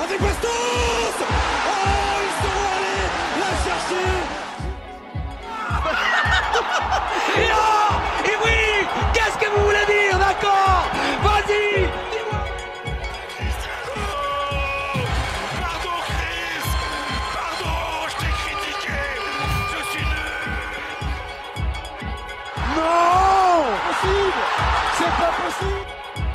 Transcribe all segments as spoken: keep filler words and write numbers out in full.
avec Bastos. Oh, ils sont allés la chercher. Et oh, et oui, qu'est-ce que vous voulez dire, d'accord? Vas-y. Pardon Chris, pardon, je t'ai critiqué, je suis nul. Non, possible, c'est pas possible.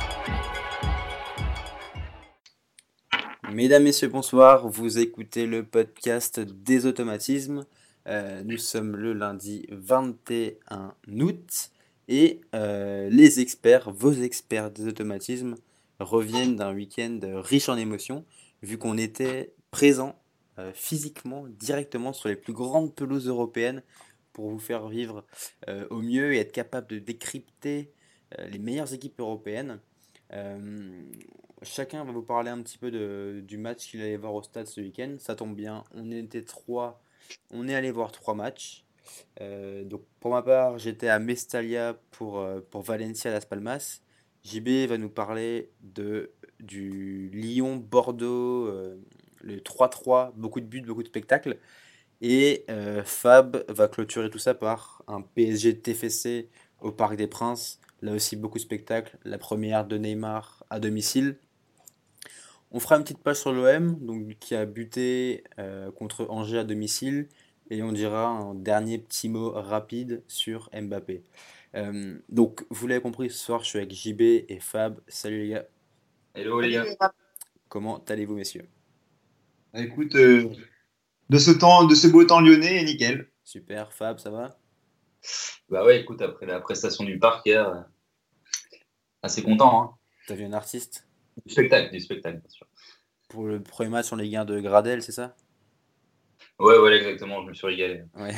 Mesdames, Messieurs, bonsoir. Vous écoutez le podcast des automatismes. Euh, nous sommes le lundi vingt et un août et euh, les experts, vos experts des automatismes, reviennent d'un week-end riche en émotions, vu qu'on était présents euh, physiquement, directement sur les plus grandes pelouses européennes pour vous faire vivre euh, au mieux et être capable de décrypter euh, les meilleures équipes européennes. Euh, Chacun va vous parler un petit peu de, du match qu'il allait voir au stade ce week-end. Ça tombe bien, on était trois, on est allé voir trois matchs. Euh, donc pour ma part, j'étais à Mestalla pour, euh, pour Valencia Las Palmas. J B va nous parler de, du Lyon-Bordeaux, euh, le trois trois, beaucoup de buts, beaucoup de spectacles. Et euh, Fab va clôturer tout ça par un P S G T F C au Parc des Princes. Là aussi, beaucoup de spectacles. La première de Neymar à domicile. On fera une petite page sur l'O M, donc qui a buté euh, contre Angers à domicile, et on dira un dernier petit mot rapide sur Mbappé. Euh, donc, vous l'avez compris, ce soir, je suis avec J B et Fab. Salut les gars. Hello les gars. Comment allez-vous, messieurs? Écoute, euh, de ce temps, de ce beau temps lyonnais, nickel. Super, Fab, ça va? Bah ouais, écoute, après la prestation du parc hier, euh, assez content, hein. T'as vu un artiste? Du spectacle, du spectacle, bien sûr. Pour le premier match sur les gains de Gradel, c'est ça? Ouais, voilà, exactement, je me suis régalé. Ouais.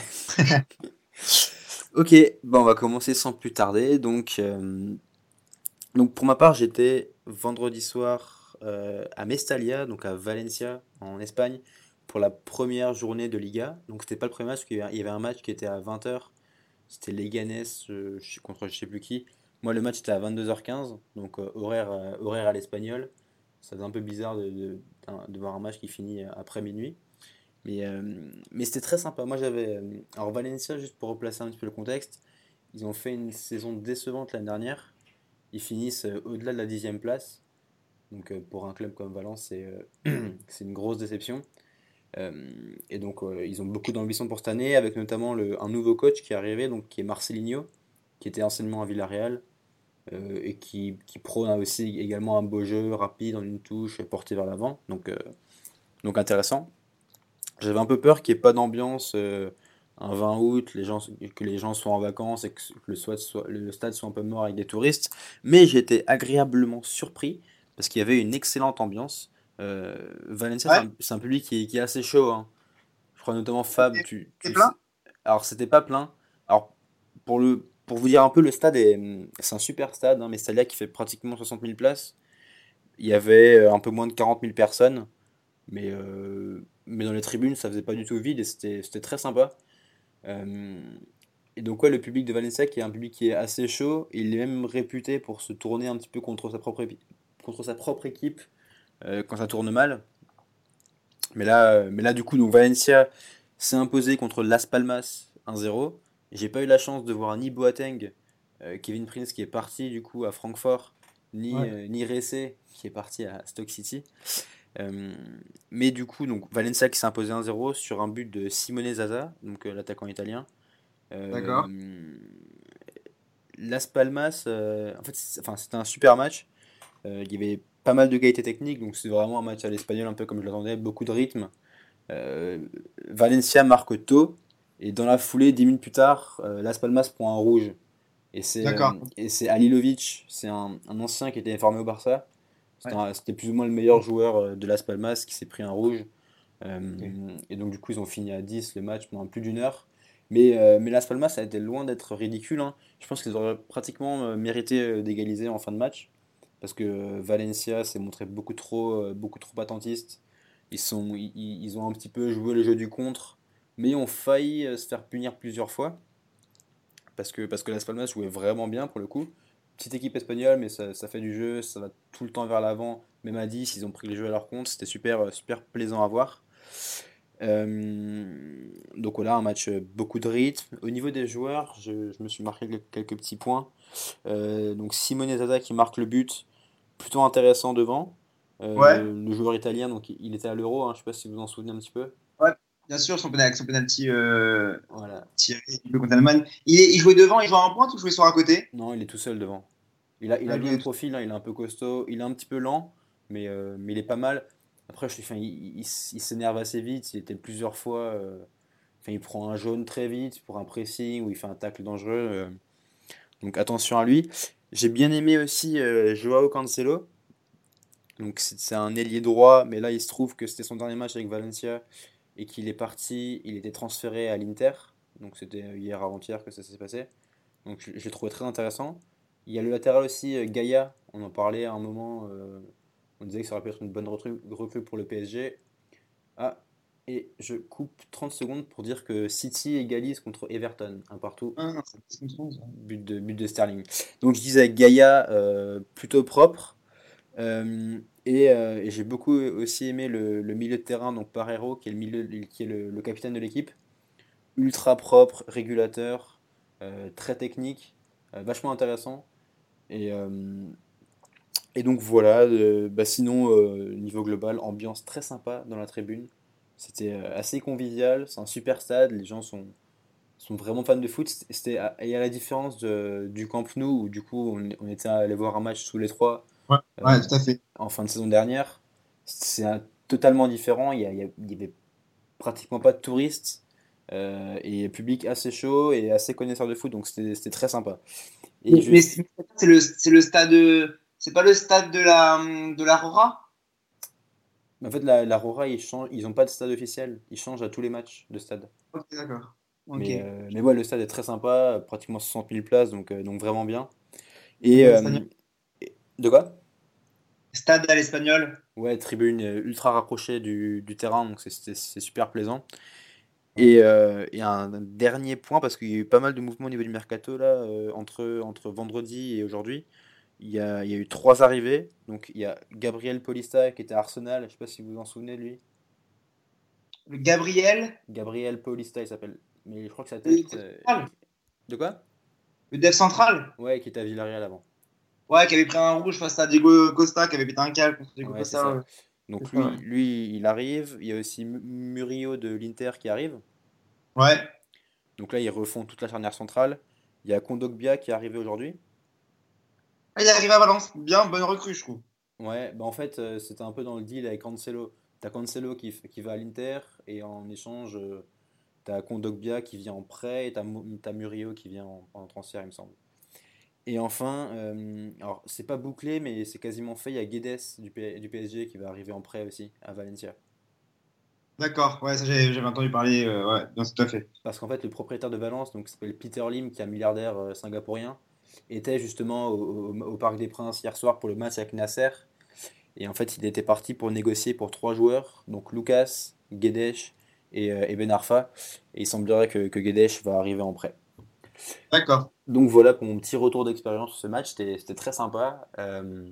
Ok, bon, on va commencer sans plus tarder. Donc, euh, donc pour ma part, j'étais vendredi soir euh, à Mestalla, donc à Valencia, en Espagne, pour la première journée de Liga. Donc c'était pas le premier match, parce qu'il y avait il y avait un match qui était à vingt heures. C'était Leganés euh, je suis contre je sais plus qui. Moi, le match était à vingt-deux heures quinze, donc euh, horaire, euh, horaire à l'espagnol. Ça fait un peu bizarre de, de, d'un- de voir un match qui finit après minuit. Mais, euh, mais c'était très sympa. Moi, j'avais. euh, Alors, Valencia, juste pour replacer un petit peu le contexte, ils ont fait une saison décevante l'année dernière. Ils finissent euh, au-delà de la dixième place. Donc, euh, pour un club comme Valence, c'est euh, c'est une grosse déception. Euh, et donc, euh, ils ont beaucoup d'ambition pour cette année, avec notamment le, un nouveau coach qui est arrivé, donc, qui est Marcelinho, qui était anciennement à Villarreal, euh, et qui, qui prône aussi également un beau jeu rapide, en une touche, porté vers l'avant. Donc, euh, donc, intéressant. J'avais un peu peur qu'il n'y ait pas d'ambiance euh, un vingt août, les gens, que les gens soient en vacances et que le, soit- soit- le stade soit un peu mort avec des touristes. Mais j'ai été agréablement surpris parce qu'il y avait une excellente ambiance. Euh, Valencia, c'est Ouais, un, c'est un public qui est, qui est assez chaud, hein. Je crois notamment Fab, tu, tu c'est le sais. plein. Alors, c'était pas plein. Alors, pour, le, pour vous dire un peu, le stade est, c'est un super stade, hein, mais Mestalla qui fait pratiquement soixante mille places. Il y avait euh, un peu moins de quarante mille personnes. Mais, euh, mais dans les tribunes, ça faisait pas du tout vide et c'était c'était très sympa. Euh, et donc, ouais, le public de Valencia, qui est un public qui est assez chaud, il est même réputé pour se tourner un petit peu contre sa propre, épi- contre sa propre équipe euh, quand ça tourne mal. Mais là, euh, mais là du coup, donc Valencia s'est imposé contre Las Palmas un zéro. J'ai pas eu la chance de voir ni Boateng, euh, Kevin Prince qui est parti du coup à Francfort, ni, Ouais. euh, ni Ressé qui est parti à Stoke City. Euh, mais du coup, donc Valencia qui s'est imposé un zéro sur un but de Simone Zaza, donc euh, l'attaquant italien. Euh, D'accord. Las Palmas, euh, en fait, c'est- enfin, c'était un super match. Euh, il y avait pas mal de qualité technique, donc c'est vraiment un match à l'espagnol, un peu comme je l'attendais, beaucoup de rythme. Euh, Valencia marque tôt, et dans la foulée, dix minutes plus tard, euh, Las Palmas prend un rouge. Et c'est D'accord. euh, et c'est Alilovic, c'est un, un ancien qui était formé au Barça. C'était Ouais. un- C'était plus ou moins le meilleur joueur euh, de Las Palmas qui s'est pris un rouge. Ok. Euh, et donc, du coup, ils ont fini à dix le match pendant plus d'une heure. Mais, euh, mais Las Palmas, ça a été loin d'être ridicule, hein. Je pense qu'ils auraient pratiquement euh, mérité euh, d'égaliser en fin de match. Parce que euh, Valencia s'est montré beaucoup trop, euh, beaucoup trop attentiste. Ils, sont, ils, ils ont un petit peu joué le jeu du contre, mais ont failli euh, se faire punir plusieurs fois. Parce que, parce que Las Palmas jouait vraiment bien pour le coup. Petite équipe espagnole, mais ça, ça fait du jeu, ça va tout le temps vers l'avant. même à dix, ils ont pris le jeu à leur compte. C'était super, super plaisant à voir. Euh, donc voilà, un match euh, beaucoup de rythme. Au niveau des joueurs, je, je me suis marqué quelques, quelques petits points. Euh, donc Simone Zaza qui marque le but, plutôt intéressant devant. Euh, Ouais, le, le joueur italien, donc il était à l'Euro, hein, je sais pas si vous vous en souvenez un petit peu. ouais, bien sûr, son, pénal- son penalty euh, Voilà. tiré contre l'Allemagne. Il, est- il jouait devant, il jouait en pointe ou il jouait sur un côté? Non, il est tout seul devant. Il a, il Ah, a il bien le jouait- profil, hein, il est un peu costaud, il est un petit peu lent, mais, euh, mais il est pas mal. Après, je, enfin, il, il- il s- il s'énerve assez vite, il était plusieurs fois. euh, enfin, il prend un jaune très vite pour un pressing ou il fait un tacle dangereux. euh, donc attention à lui. J'ai bien aimé aussi euh, Joao Cancelo. Donc c'est c'est un ailier droit, mais là il se trouve que c'était son dernier match avec Valencia et qu'il est parti, il était transféré à l'Inter. Donc c'était euh, hier avant-hier que ça s'est passé. Donc je, je l'ai trouvé très intéressant. Il y a le latéral aussi, euh, Gaïa, on en parlait à un moment, euh, on disait que ça aurait pu être une bonne recrue, recrue pour le P S G. Ah, et je coupe trente secondes pour dire que City égalise contre Everton, un partout, Ah, non, c'est c'est une ça. but de, but de Sterling. Donc je disais Gaïa, euh, plutôt propre. Euh, et euh, et j'ai beaucoup aussi aimé le, le milieu de terrain, donc Parreiro, qui est le, milieu, qui est le, le capitaine de l'équipe. Ultra propre, régulateur, euh, très technique, euh, vachement intéressant. Et, euh, et donc voilà, euh, bah sinon, euh, niveau global, ambiance très sympa dans la tribune. C'était euh, assez convivial, c'est un super stade, les gens sont, sont vraiment fans de foot. C'était, à- et à la différence de- du Camp Nou, où du coup on, on était allé voir un match tous les trois Ouais, euh, ouais, tout à fait. en fin de saison dernière, c'est un- totalement différent. Il y, a- il y a- il y avait pratiquement pas de touristes euh, et public assez chaud et assez connaisseur de foot, donc c'était c'était très sympa. Et Mais, je, mais c'est c'est le, c'est le stade, euh, c'est pas le stade de la, de l'Aurora? en fait, la, la Rora, ils changent, ils ont pas de stade officiel, ils changent à tous les matchs de stade. Ok, d'accord. Ok. Mais, euh, mais ouais, le stade est très sympa, pratiquement soixante mille places, donc, euh, donc vraiment bien. Et Stade à euh, l'espagnol. et- de quoi? Stade à l'espagnol. Ouais, tribune euh, ultra rapprochée du, du terrain, donc c'est c'est- c'est super plaisant. Ouais. Et, euh, et un dernier point, parce qu'il y a eu pas mal de mouvements au niveau du mercato là, euh, entre, entre vendredi et aujourd'hui. Il y a, il y a eu trois arrivées. Donc il y a Gabriel Paulista qui était à Arsenal, je sais pas si vous vous en souvenez de lui. Le Gabriel, Gabriel Paulista il s'appelle. Mais je crois que sa le tête. dev euh, central. De quoi? Le dev central. Ouais, qui était à Villarreal avant. Ouais, qui avait pris un rouge face à Diego Costa, qui avait pété un câble contre Diego Ouais, c'est Costa. ça. Ouais. C'est Donc ça, lui, ouais. lui, il arrive. Il y a aussi Mu- Murillo de l'Inter qui arrive. Ouais. Donc là, ils refont toute la charnière centrale. Il y a Kondogbia qui est arrivé aujourd'hui. Ah, il est arrivé à Valence. Bien, bonne recrue, je trouve. Ouais, bah en fait, euh, c'était un peu dans le deal avec Cancelo. T'as Cancelo qui, f- qui va à l'Inter et en échange, euh, t'as Kondogbia qui vient en prêt et t'as Mu- t'as Murillo qui vient en, en transfert, il me semble. Et enfin, euh, alors c'est pas bouclé, mais c'est quasiment fait. Il y a Guedes du, P- du P S G qui va arriver en prêt aussi à Valencia. D'accord. Ouais, ça, j'avais j'avais entendu parler. Euh, ouais, bien, tout à fait. Parce qu'en fait, le propriétaire de Valence, donc qui s'appelle Peter Lim, qui est un milliardaire euh, singapourien, était justement au, au- au Parc des Princes hier soir pour le match avec Nasser. Et en fait, il était parti pour négocier pour trois joueurs, donc Lucas, Guedes et, euh, et Ben Arfa. Et il semblerait que, que Guedes va arriver en prêt. D'accord. Donc voilà pour mon petit retour d'expérience sur ce match, c'était c'était très sympa. Euh,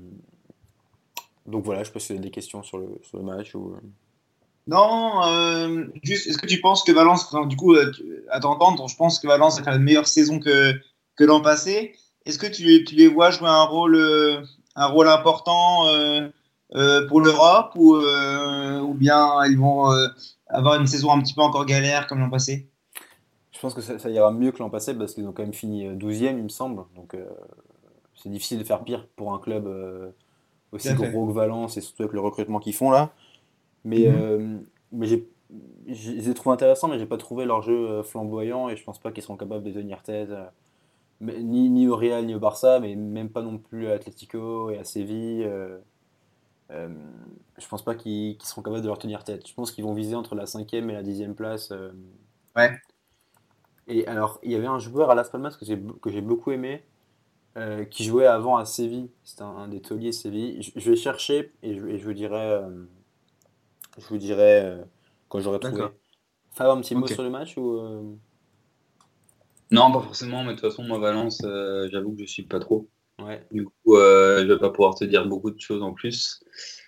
donc voilà, je peux si vous avez des questions sur le, sur le match. Ou... euh. Non, euh, juste, est-ce que tu penses que Valence, enfin, du coup, euh, tu- à t'entendre, je pense que Valence a fait une meilleure saison que, que l'an passé. Est-ce que tu, les- tu les vois jouer un rôle, euh, un rôle important euh, euh, pour l'Europe ou, euh, ou bien ils vont euh, avoir une saison un petit peu encore galère comme l'an passé? Je pense que ça, ça ira mieux que l'an passé parce qu'ils ont quand même fini euh, douzième, il me semble. Donc euh, c'est difficile de faire pire pour un club euh, Tout aussi à fait. gros que Valence et surtout avec le recrutement qu'ils font là. Mais, Mhm. euh, mais j'ai, j'ai- je les ai trouvés intéressants, mais j'ai pas trouvé leur jeu euh, flamboyant et je pense pas qu'ils seront capables de tenir tête. euh, mais ni, ni au Real ni au Barça, mais même pas non plus à Atlético et à Séville. euh, euh, je pense pas qu'ils qu'ils seront capables de leur tenir tête. Je pense qu'ils vont viser entre la cinquième et la dixième place. euh. Ouais. Et alors, il y avait un joueur à Las Palmas que j'ai que j'ai beaucoup aimé, euh, qui jouait avant à Séville. C'était un, un des tauliers Séville. Je, je vais chercher et je, et je vous dirai, euh, je vous dirai euh, quand j'aurai D'accord. trouvé. Fab, un petit mot Ok. sur le match ou euh, Non, pas forcément, mais de toute façon, moi, Valence, euh, j'avoue que je suis pas trop. Ouais. Du coup, euh, je vais pas pouvoir te dire beaucoup de choses en plus.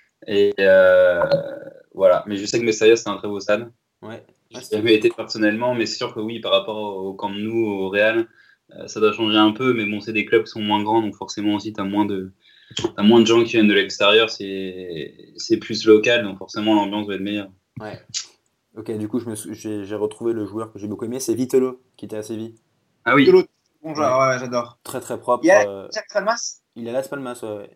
Et euh, voilà. Mais je sais que Mestalla, c'est un très beau stade. Ouais. J'ai Ah, c'est- jamais été personnellement, mais c'est sûr que oui, par rapport au Camp Nou, au Real, euh, ça doit changer un peu. Mais bon, c'est des clubs qui sont moins grands, donc forcément aussi, tu as moins de, t'as moins de gens qui viennent de l'extérieur. C'est, c'est plus local, donc forcément, l'ambiance va être meilleure. Ouais. Ok, du coup, je me sou- j'ai j'ai retrouvé le joueur que j'ai beaucoup aimé, c'est Vitolo, qui était à Séville. Ah De oui, l'autre, bon Ouais. joueur, ouais, ouais, j'adore. Très très Il y propre. a euh, Jack Palmas. il est à Las Palmas, ouais. Ouais.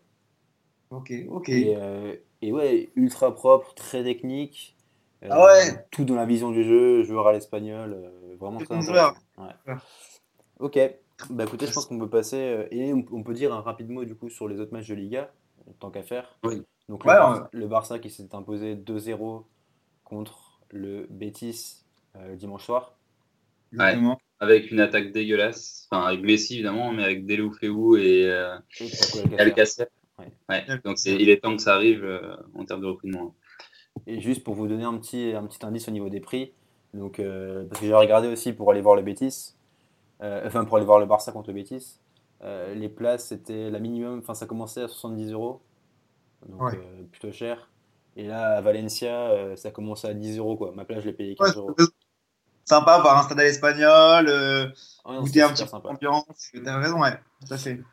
Ok, ok. Et, euh, et ouais, ultra propre, très technique. Ah euh, ouais, tout dans la vision du jeu, joueur à l'espagnol, euh, vraiment très très bon joueur. intéressant. Ouais. Ok, bah écoutez, je pense qu'on peut passer, euh, et on, on peut dire un rapide mot du coup sur les autres matchs de Liga, tant qu'à faire. oui. Donc le, Ouais, Bar- on- le Barça qui s'est imposé deux zéro contre le Betis euh, dimanche soir. Ouais. exactement. Avec une attaque dégueulasse, enfin avec Messi évidemment, mais avec Deulofeu et, euh, Et Paco et Alcacer. Alcacer. Ouais. Ouais. Donc c'est, il est temps que ça arrive euh, en termes de recrutement. Et juste pour vous donner un petit, un petit indice au niveau des prix, donc, euh, parce que j'ai regardé aussi pour aller voir le Betis, euh, enfin pour aller voir le Barça contre le Betis, euh, les places c'était la minimum, enfin ça commençait à soixante-dix euros, donc Ouais. euh, plutôt cher. Et là à Valencia, euh, ça commençait à dix euros quoi. Ma place je l'ai payé Ouais, quinze euros. c'est sympa voir un stade à l'espagnol, euh, Ah non, goûter c'était un petit super peu sympa. l'ambiance. T'as raison, ouais, tout à fait.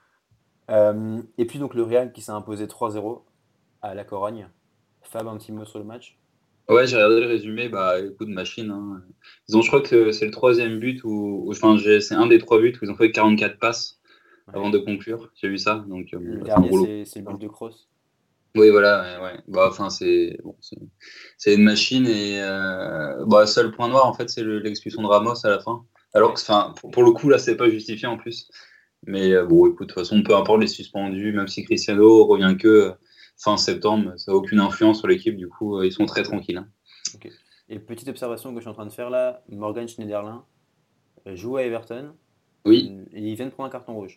Euh, et puis donc le Real qui s'est imposé trois zéro à la Corogne. Fab, un petit mot sur le match. Ouais, j'ai regardé le résumé, bah écoute, machine. Hein. Ils ont, je crois que c'est le troisième but où, où- enfin, j'ai- c'est un des trois buts où ils ont fait quarante-quatre passes avant Ouais. de conclure. J'ai vu ça, donc euh, bon, Le bah, c'est un dernier gros lot. c'est c'est le but de Kroos. Oui, voilà, ouais, ouais. Bah, enfin, c'est bon, c'est c'est une machine et euh, bah, seul point noir en fait, c'est le- l'expulsion de Ramos à la fin. Alors Ouais. que, enfin, pour, pour le coup là, c'est pas justifié en plus. Mais euh, bon, écoute, de toute façon, peu importe les suspendus, même si Cristiano revient que euh, fin septembre, ça n'a aucune influence sur l'équipe. Du coup, euh, ils sont très tranquilles. Hein. Ok. Et petite observation que je suis en train de faire là, Morgan Schneiderlin euh, joue à Everton Oui. euh, et il vient de prendre un carton rouge.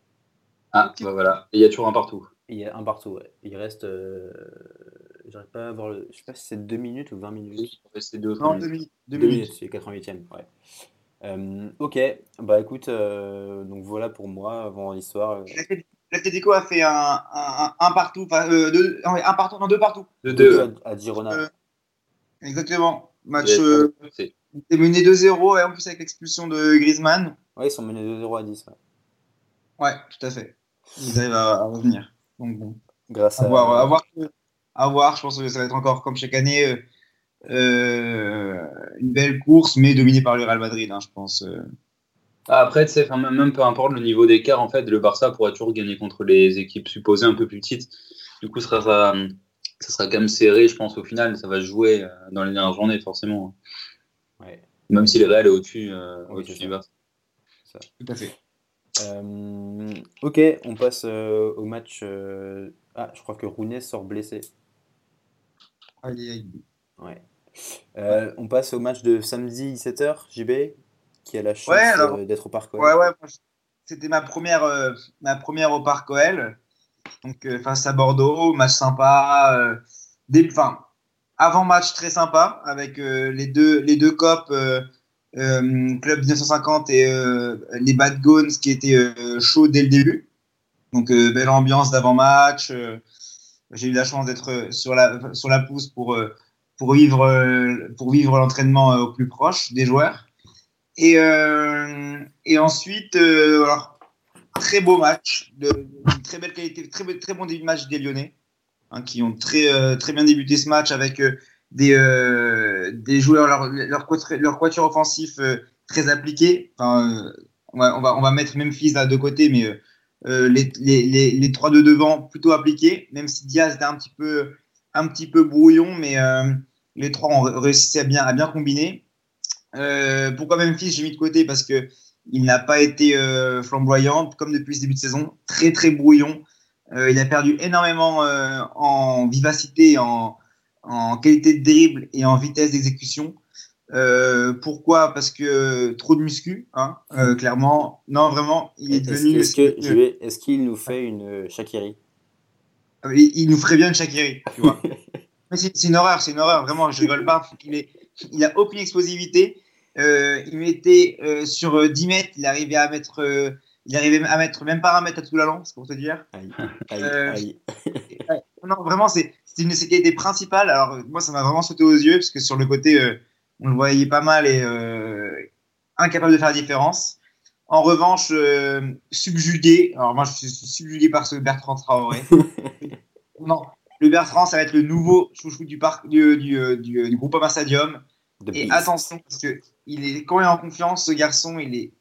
Ah, Ok. bah voilà. Et il y a toujours un partout. Et il y a un partout, ouais. Il reste. euh, J'arrive pas à voir le. Je sais pas si c'est deux minutes ou vingt Oui, minutes. on va essayer deux ou trois Non, deux minutes. minutes. Deux Deux minutes, minutes. c'est quatre-vingt-huitième, ouais. Euh, ok, bah écoute, euh, donc voilà pour moi, avant l'histoire. euh, L'Atlético a fait un, un, un partout, enfin, euh, deux, non, un partout, non, deux partout. deux deux deux deux. à, à Girona. Euh, exactement. Il y Match a pas euh, de- c'est- est mené deux zéro et en plus avec l'expulsion de Griezmann. Ouais, ils sont menés deux zéro à dix, ouais. Ouais, tout à fait. Ils arrivent à, à revenir. Donc bon, Grâce à voir, à à. voir, à voir. Je pense que ça va être encore comme chaque année euh, euh, une belle course, mais dominée par le Real Madrid, hein, je pense. euh. Ah, après, tu sais, enfin, même, même peu importe le niveau d'écart, en fait, le Barça pourra toujours gagner contre les équipes supposées un peu plus petites. Du coup, ça sera, ça sera quand même serré, je pense, au final. Ça va se jouer euh, dans les dernières journées, forcément. Ouais, Même si le Real est au-dessus, euh, oui, c'est au-dessus du ça. Barça. ça. Tout à fait. Euh, ok, on passe euh, au match. euh, Ah, je crois que Rooney sort blessé. Aïe, aïe. Ouais. Ouais, Euh, on passe au match de samedi dix-sept heures, J B, qui a la ouais, chance alors, euh, d'être au Parc ouais, OL. ouais, moi, je- c'était ma première, euh, ma première au Parc O L. Donc, euh, face à Bordeaux, match sympa. Euh, des, enfin, avant-match très sympa avec euh, les deux, les deux copes, euh, euh, Club mille neuf cent cinquante et euh, les Bad Gones qui étaient euh, chauds dès le début. Donc, euh, belle ambiance d'avant-match. Euh, j'ai eu la chance d'être sur la, sur la pousse pour, euh, pour vivre, euh, pour vivre l'entraînement euh, au plus proche des joueurs. Et, euh, et ensuite, euh, alors, très beau match, de, de très belle qualité, très, très bon début de match des Lyonnais, hein, qui ont très, euh, très bien débuté ce match avec euh, des, euh, des joueurs, leur, leur, leur quatuor offensif euh, très appliqué. Enfin, euh, on, va, on, va, on va mettre Memphis là de côté, mais euh, euh, les, les, les, les trois de devant plutôt appliqués, même si Diaz était un petit peu, un petit peu brouillon, mais euh, les trois ont réussi à bien, à bien combiner. Euh, pourquoi Memphis j'ai mis de côté? Parce que il n'a pas été euh, flamboyant, comme depuis ce début de saison, très très brouillon. Euh, il a perdu énormément euh, en vivacité, en, en qualité de dribble et en vitesse d'exécution. Euh, pourquoi? Parce que trop de muscu, hein, euh, clairement. Non, vraiment, il est Est-ce devenu. est-ce que J B, est-ce qu'il nous fait une euh, Shaqiri? Il, il nous ferait bien une Shaqiri, tu vois. Mais c'est c'est une horreur, c'est une horreur, vraiment, je rigole pas. Il, est, il a aucune explosivité. Euh, il mettait euh, sur dix mètres, il arrivait à mettre euh, Il arrivait à mettre même pas un mètre à tout la lance, pour te dire. Aïe, aïe, Euh, aïe. Ouais. Non, vraiment, c'est c'est une de ses qualités principales. Alors, moi, ça m'a vraiment sauté aux yeux, parce que sur le côté, euh, on le voyait pas mal et euh, incapable de faire la différence. En revanche, euh, subjugué. Alors, moi, je suis subjugué par ce Bertrand Traoré. Non, le Bertrand, ça va être le nouveau chouchou du, parc, du, du, euh, du, du Groupama Stadium. The Et Beast. attention, parce que il est, quand il est en confiance, ce garçon, il est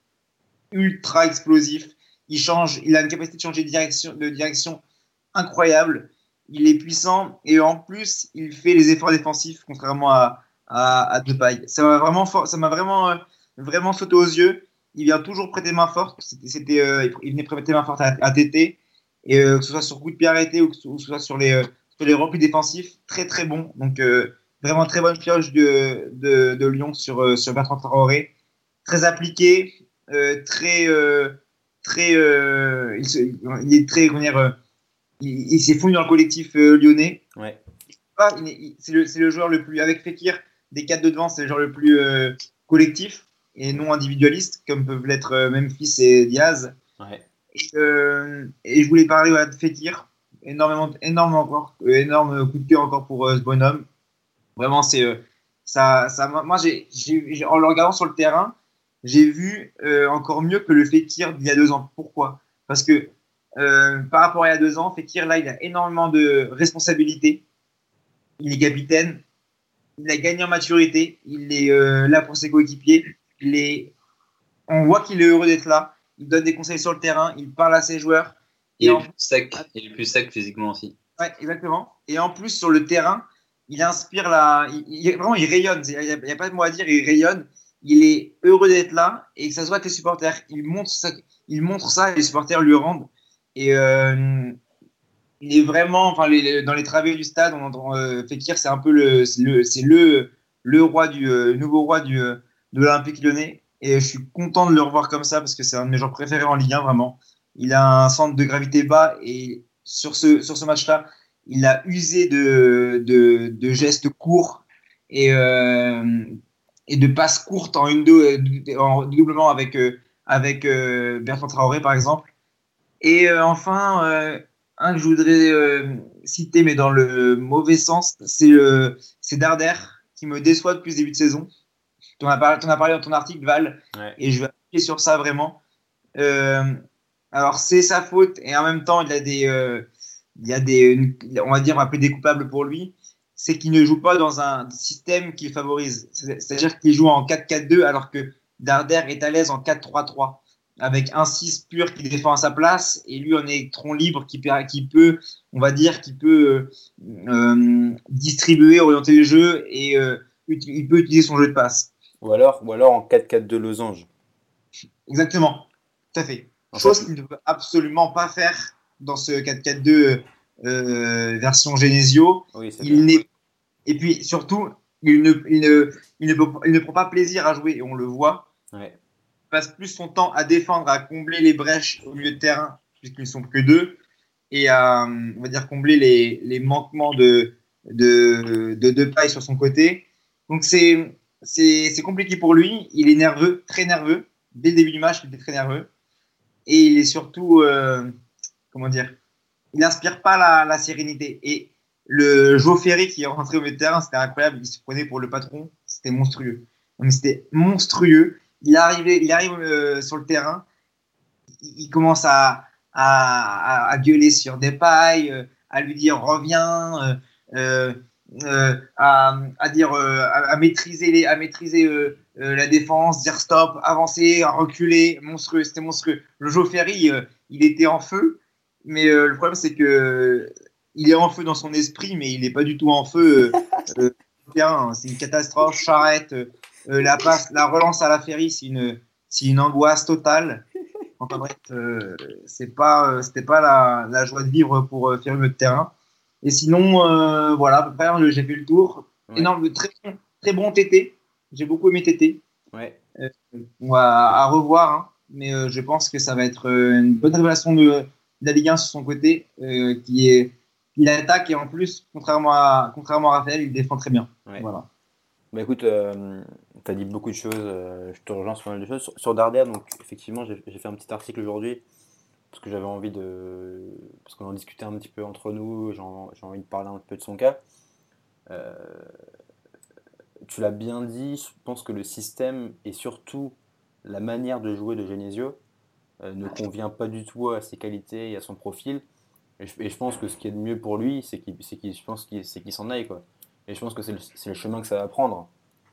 ultra explosif. Il change, il a une capacité de changer de direction, de direction incroyable. Il est puissant et en plus, il fait les efforts défensifs, contrairement à, à, à Depay. Ça m'a vraiment, for- ça m'a vraiment, euh, vraiment sauté aux yeux. Il vient toujours prêter main forte. C'était, c'était, euh, il venait prêter main forte à, à T T. Et euh, que ce soit sur coup de pied arrêté ou que ce soit sur les, euh, sur les replis défensifs, très très bon. Donc euh, vraiment très bonne pioche de, de, de Lyon sur, euh, sur Bertrand Traoré. Très appliqué, euh, très, euh, très, euh, il, se, il est très, comment dire, euh, il, il s'est fondu dans le collectif euh, lyonnais. Ouais. Ah, il est- il- c'est, le, c'est le joueur le plus, avec Fekir, des quatre de devant, c'est le joueur le plus euh, collectif et non individualiste, comme peuvent l'être euh, Memphis et Diaz. Ouais. Et, euh, et je voulais parler voilà, de Fekir. Énormément, énorme encore, euh, énorme coup de cœur encore pour euh, ce bonhomme. Vraiment, c'est euh, ça, ça. Moi, j'ai, j'ai, j'ai- en le regardant sur le terrain, j'ai vu euh, encore mieux que le Fekir d'il y a deux ans. Pourquoi? Parce que euh, par rapport à il y a deux ans, Fekir là, il a énormément de responsabilités. Il est capitaine. Il a gagné en maturité. Il est euh, là pour ses coéquipiers. Il est, on voit qu'il est heureux d'être là. Il donne des conseils sur le terrain. Il parle à ses joueurs. Il Et est en plus sec, il est plus sec physiquement aussi. Ouais, exactement. Et en plus, sur le terrain, il inspire la. Il, il- vraiment, il rayonne. Il n'y a, il y a pas de mot à dire, il rayonne. Il est heureux d'être là et que ça se voit que les supporters, il montre ça, il montre ça et les supporters lui rendent. Et euh, il est vraiment. Enfin, les- les- dans les travées du stade, on entend euh, Fekir, c'est un peu le. C'est le, c'est le, le roi du. euh, nouveau roi du, euh, de l'Olympique lyonnais. Et je suis content de le revoir comme ça parce que c'est un de mes joueurs préférés en Ligue un, vraiment. Il a un centre de gravité bas et sur ce, sur ce match-là, il a usé de, de, de gestes courts et, euh, et de passes courtes en une deux, en doublement avec, euh, avec euh, Bertrand Traoré, par exemple. Et euh, enfin, euh, un que je voudrais euh, citer, mais dans le mauvais sens, c'est, euh, c'est Darder qui me déçoit depuis le début de saison. Tu en as parlé, t'en as parlé dans ton article, Val, Ouais. et je vais appuyer sur ça vraiment. Euh, alors, c'est sa faute, et en même temps, il y a des, euh, il y a des une- on va dire, on va appeler des coupables pour lui. C'est qu'il ne joue pas dans un système qu'il favorise. C'est- C'est-à-dire qu'il joue en quatre quatre deux, alors que Darder est à l'aise en quatre trois trois, avec un six pur qui défend à sa place, et lui en électron libre qui, peut- qui peut, on va dire, qui peut euh, euh, distribuer, orienter le jeu, et euh, ut- il peut utiliser son jeu de passe. Ou alors, ou alors en quatre quatre deux losange. Exactement, tout à fait. En Chose fait- qu'il ne peut absolument pas faire dans ce quatre quatre deux euh, version Genesio. Oui, c'est Il clair. n'est... Et puis surtout, il ne, il, ne, il, ne peut- il ne prend pas plaisir à jouer, et on le voit. Ouais. Il passe plus son temps à défendre, à combler les brèches au milieu de terrain, puisqu'ils ne sont que deux, et à, on va dire, combler les, les manquements de, de, de, de paille sur son côté. Donc c'est, c'est, c'est compliqué pour lui. Il est nerveux, très nerveux. Dès le début du match, il était très nerveux. Et il est surtout, euh, comment dire, il n'inspire pas la, la sérénité. Et le Joe Ferry qui est rentré au milieu de terrain, c'était incroyable. Il se prenait pour le patron. C'était monstrueux. Non, mais c'était monstrueux. Il arrive, il arrive euh, sur le terrain. Il, il commence à, à, à, à gueuler sur Depay, euh, à lui dire reviens, euh, euh, euh, à, à dire, euh, à, à maîtriser, les, à maîtriser euh, euh, la défense, dire stop, avancer, à reculer. Monstrueux, c'était monstrueux. Le Joe Ferry, euh, il était en feu. Mais euh, le problème, c'est que il est en feu dans son esprit, mais il n'est pas du tout en feu. Euh, euh, terrain, c'est une catastrophe. Charrette, euh, la passe, la relance à la Ferry, c'est une, c'est une angoisse totale. Enfin bref, euh, c'est pas, euh, c'était pas la, la joie de vivre pour euh, faire le milieu de terrain. Et sinon, euh, voilà, à peu près, j'ai fait le tour. Ouais. Énorme, très, bon- très bon T T. J'ai beaucoup aimé T T. Ouais. Euh, on va à revoir, hein, mais euh, je pense que ça va être euh, une bonne révélation de, de la Ligue un sur son côté, euh, qui est, il attaque et en plus, contrairement à, contrairement à Raphaël, il défend très bien. Ouais. Voilà. Bah écoute, euh, tu as dit beaucoup de choses, euh, je te rejoins sur pas mal de choses. Sur, sur Darder, donc effectivement, j'ai j'ai fait un petit article aujourd'hui parce que j'avais envie de. Parce qu'on en discutait un petit peu entre nous, j'ai en- j'ai envie de parler un peu de son cas. Euh, Tu l'as bien dit, je pense que le système et surtout la manière de jouer de Genesio euh, ne convient pas du tout à ses qualités et à son profil. Et je, et je pense que ce qui est de mieux pour lui, c'est qu'il c'est qu'il- je pense qu'il c'est qu'il s'en aille, quoi. Et je pense que c'est le, c'est le chemin que ça va prendre.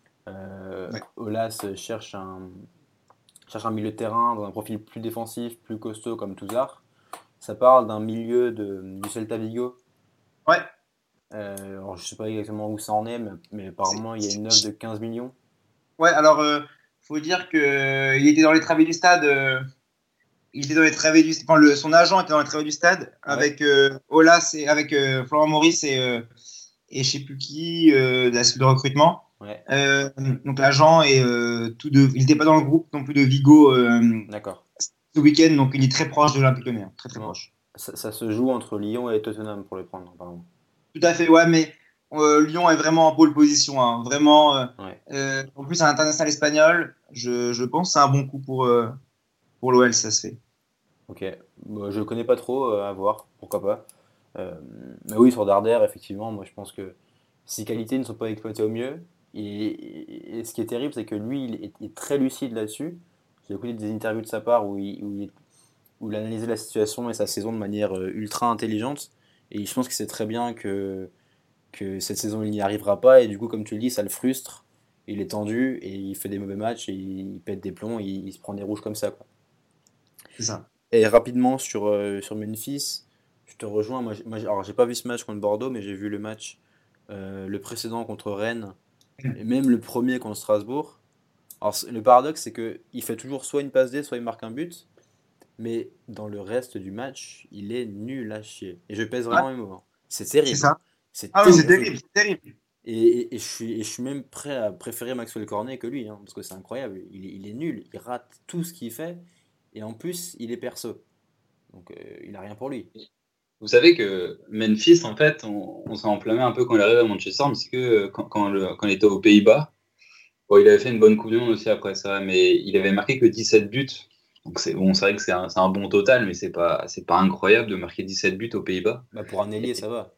Euh, Ouais. Aulas cherche un, cherche un milieu de terrain dans un profil plus défensif, plus costaud comme Touzard. Ça parle d'un milieu de, du Celta Vigo. Ouais. Euh, alors je sais pas exactement où ça en est, mais, mais C'est- apparemment il y a une offre de quinze millions. Ouais, alors, euh, faut dire que euh, il était dans les travées du stade. euh, il était dans les travées du, enfin, le, son agent était dans les travées du stade Ouais, avec euh, Olas et avec euh, Florent Maurice et, euh, et je sais plus qui euh, de la suite de recrutement. ouais, Euh, donc l'agent et euh, tout de, il n'était pas dans le groupe non plus de Vigo euh, d'accord. ce week-end, donc il est très proche de l'Olympique Lyonnais, hein, très très Bon, proche. ça, ça se joue entre Lyon et Tottenham pour le prendre, apparemment. Tout à fait, ouais, mais euh, Lyon est vraiment en pole position, hein, vraiment. euh, Ouais, euh, en plus, un international espagnol, je, je pense que c'est un bon coup pour, euh, pour l'O L, si ça se fait. ok. Bon, je connais pas trop, euh, à voir, pourquoi pas. Euh, mais oui, sur Darder, effectivement, moi je pense que ses qualités ne sont pas exploitées au mieux. Et, et- et ce qui est terrible, c'est que lui, il est, il est très lucide là-dessus. J'ai écouté des interviews de sa part où il, où il, où il analysait la situation et sa saison de manière euh, ultra intelligente. Et je pense qu'il sait très bien que, que cette saison, il n'y arrivera pas. Et du coup, comme tu le dis, ça le frustre. Il est tendu et il fait des mauvais matchs et il, il pète des plombs, il, il se prend des rouges comme ça, quoi. C'est ça. Et rapidement sur, euh, sur Memphis, je te rejoins. Moi, j'ai- moi, j'ai- alors, j'ai pas vu ce match contre Bordeaux, mais j'ai vu le match, euh, le précédent contre Rennes, et même le premier contre Strasbourg. Alors, c- le paradoxe, c'est que il fait toujours soit une passe D, soit il marque un but, mais dans le reste du match, il est nul à chier. Et je pèse Ouais, vraiment mes mots, hein. C'est c'est terrible. ça. C'est Ah oui, c'est terrible. terrible, c'est terrible. Et, et- et je suis, et je suis même prêt à préférer Maxwell Cornet que lui, hein, parce que c'est incroyable. Il, est- il est nul, il rate tout ce qu'il fait, et en plus, il est perso. Donc, euh, il a rien pour lui. Vous savez que Memphis, en fait, on, on s'en enflammait un peu quand il arrivait à Manchester, mais c'est que euh, quand, quand, le- quand il était aux Pays-Bas, bon, il avait fait une bonne Coupe du Monde aussi après ça, mais il avait marqué que dix-sept buts. Donc c'est bon, c'est vrai que c'est un, c'est un bon total, mais c'est pas, c'est pas incroyable de marquer dix-sept buts aux Pays-Bas. Bah pour un ailier, Et- ça va.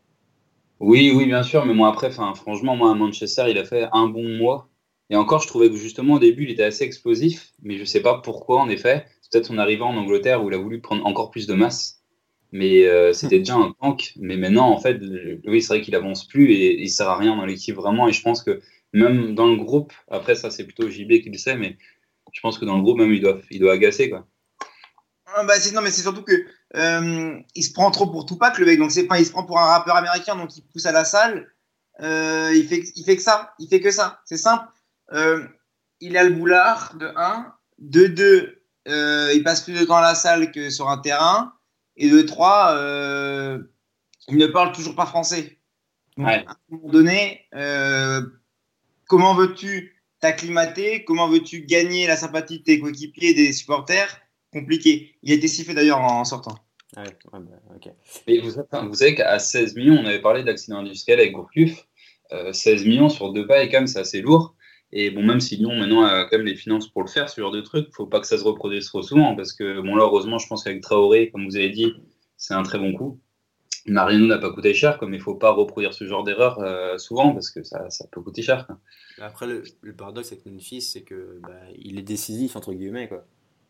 Oui, oui, bien sûr, mais moi après, enfin, franchement, moi à Manchester, il a fait un bon mois. Et encore, je trouvais que justement au début, il était assez explosif, mais je sais pas pourquoi en effet. C'est peut-être son arrivée en Angleterre où il a voulu prendre encore plus de masse. Mais euh, c'était déjà un tank. Mais maintenant, en fait, le- oui, c'est vrai qu'il avance plus et il sert à rien dans l'équipe vraiment. Et je pense que même dans le groupe, après ça, c'est plutôt J B qui le sait, mais je pense que dans le groupe, même, il doit, il doit agacer, quoi. Ah, bah, c'est, non, mais c'est surtout que euh, il se prend trop pour Tupac, le mec. Donc c'est pas, il se prend pour un rappeur américain, donc il pousse à la salle. Euh, il fait, il fait que ça. Il fait que ça. C'est simple. Euh, il a le boulard de un, de deux. Euh, il passe plus de temps à la salle que sur un terrain, et de trois, euh, il ne parle toujours pas français. Donc Ouais. à un moment donné, euh, comment veux-tu t'acclimater? Comment veux-tu gagner la sympathie de tes coéquipiers et des supporters? Compliqué. Il a été sifflé d'ailleurs en sortant. Ah ouais, ouais, bah, ok. Mais vous, enfin, vous savez qu'à seize millions, on avait parlé d'accident industriel avec Gourcuff. Euh, seize millions sur deux pas, et quand même, c'est assez lourd. Et bon, même si Lyon maintenant a quand même les finances pour le faire, ce genre de truc, faut pas que ça se reproduise trop souvent. Parce que, bon, là, heureusement, je pense qu'avec Traoré, comme vous avez dit, c'est un très bon coup. Marino n'a pas coûté cher, comme il faut pas reproduire ce genre d'erreur euh, souvent, parce que ça, ça peut coûter cher, quoi. Après, le, le paradoxe avec Memphis, c'est que bah, il est décisif, entre guillemets, quoi.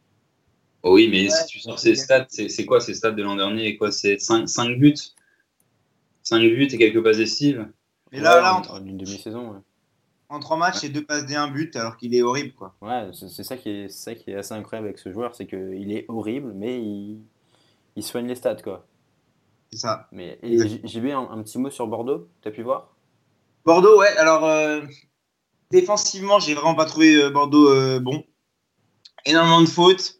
Oh oui, mais Ouais, si tu sors ses stats, c'est c'est quoi ces stats de l'an dernier? Quoi, c'est cinq cinq buts, cinq buts et quelques passes décisives. mais Ouais, là, là en, en, tro- en une demi-saison, ouais. en trois matchs, c'est deux passes D, un but, alors qu'il est horrible, quoi. Ouais, c'est c'est ça qui est, c'est ça qui est assez incroyable avec ce joueur, c'est qu'il est horrible, mais il, il soigne les stats, quoi. C'est ça. Mais, et j- Exactement. j'ai vu un, un petit mot sur Bordeaux, t'as pu voir? Bordeaux, ouais. Alors, euh, défensivement, j'ai vraiment pas trouvé euh, Bordeaux euh, bon. Énormément de fautes.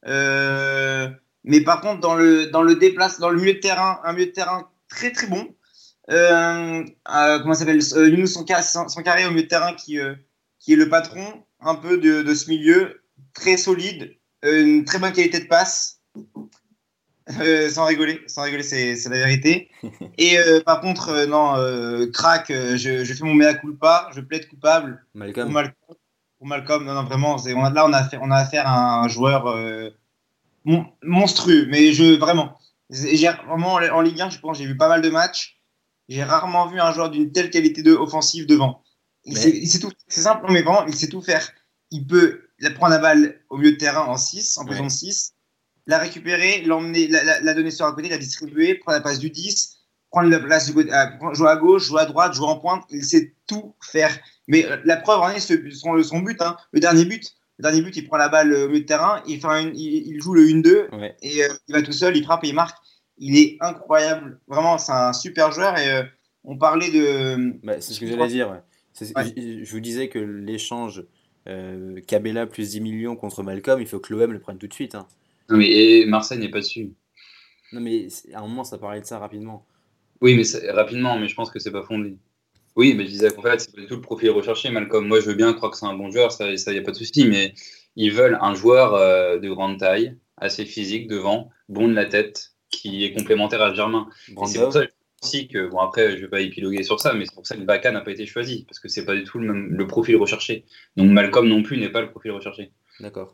Euh, mais par contre, dans le, dans le déplace, dans le milieu de terrain, un milieu de terrain très très bon. Euh, euh, comment ça s'appelle euh, Younous Sankara, Sankara au milieu de terrain qui, euh, qui est le patron un peu de, de ce milieu. Très solide. Euh, une très bonne qualité de passe. Euh, sans rigoler, sans rigoler, c'est, c'est la vérité. Et euh, par contre, euh, non, euh, crack, euh, je, je fais mon mea culpa, je plaide coupable pour Malcolm. Malcolm. Pour Malcolm, non, non, vraiment, c'est, on a, là, on a, fait, on a affaire à un joueur euh, mon- monstrueux, mais je, vraiment, j'ai, vraiment, en Ligue un, je pense, j'ai vu pas mal de matchs. J'ai rarement vu un joueur d'une telle qualité de offensive devant. Il, Mais- sait, il sait tout, c'est simple, mais vraiment, il sait tout faire. Il peut la prendre la balle au milieu de terrain en six, en position Ouais. de six, la récupérer, l'emmener, la, la, la donner sur un côté, la distribuer, prendre la passe du dix, prendre la place du côté, euh, jouer à gauche, jouer à droite, jouer en pointe. Il sait tout faire. Mais euh, la preuve en est ce- son, son but, hein, le dernier but. Le dernier but, il prend la balle au milieu de terrain, il, fait un- il, il joue le un deux Ouais. et euh, il va tout seul, il frappe et il marque. Il est incroyable. Vraiment, c'est un super joueur. Et euh, on parlait de. Bah, c'est ce que j'allais dire. Ouais. C'est- Ouais. je, je vous disais que l'échange euh, Cabella plus dix millions contre Malcolm, il faut que l'O M le prenne tout de suite. Hein. Non, mais et Marseille n'est pas dessus. Non, mais c'est- à un moment, ça parlait de ça rapidement. Oui, mais c'est- rapidement, mais je pense que c'est pas fondé. Oui, mais je disais qu'en fait, c'est pas du tout le profil recherché, Malcolm. Moi, je veux bien croire que c'est un bon joueur, ça, ça y a pas de souci, mais ils veulent un joueur euh, de grande taille, assez physique devant, bon de la tête, qui est complémentaire à Germain. Et c'est pour Brandov, ça aussi que, bon, après, je vais pas épiloguer sur ça, mais c'est pour ça que Baka n'a pas été choisi, parce que c'est pas du tout le, même, le profil recherché. Donc Malcolm non plus n'est pas le profil recherché. d'accord.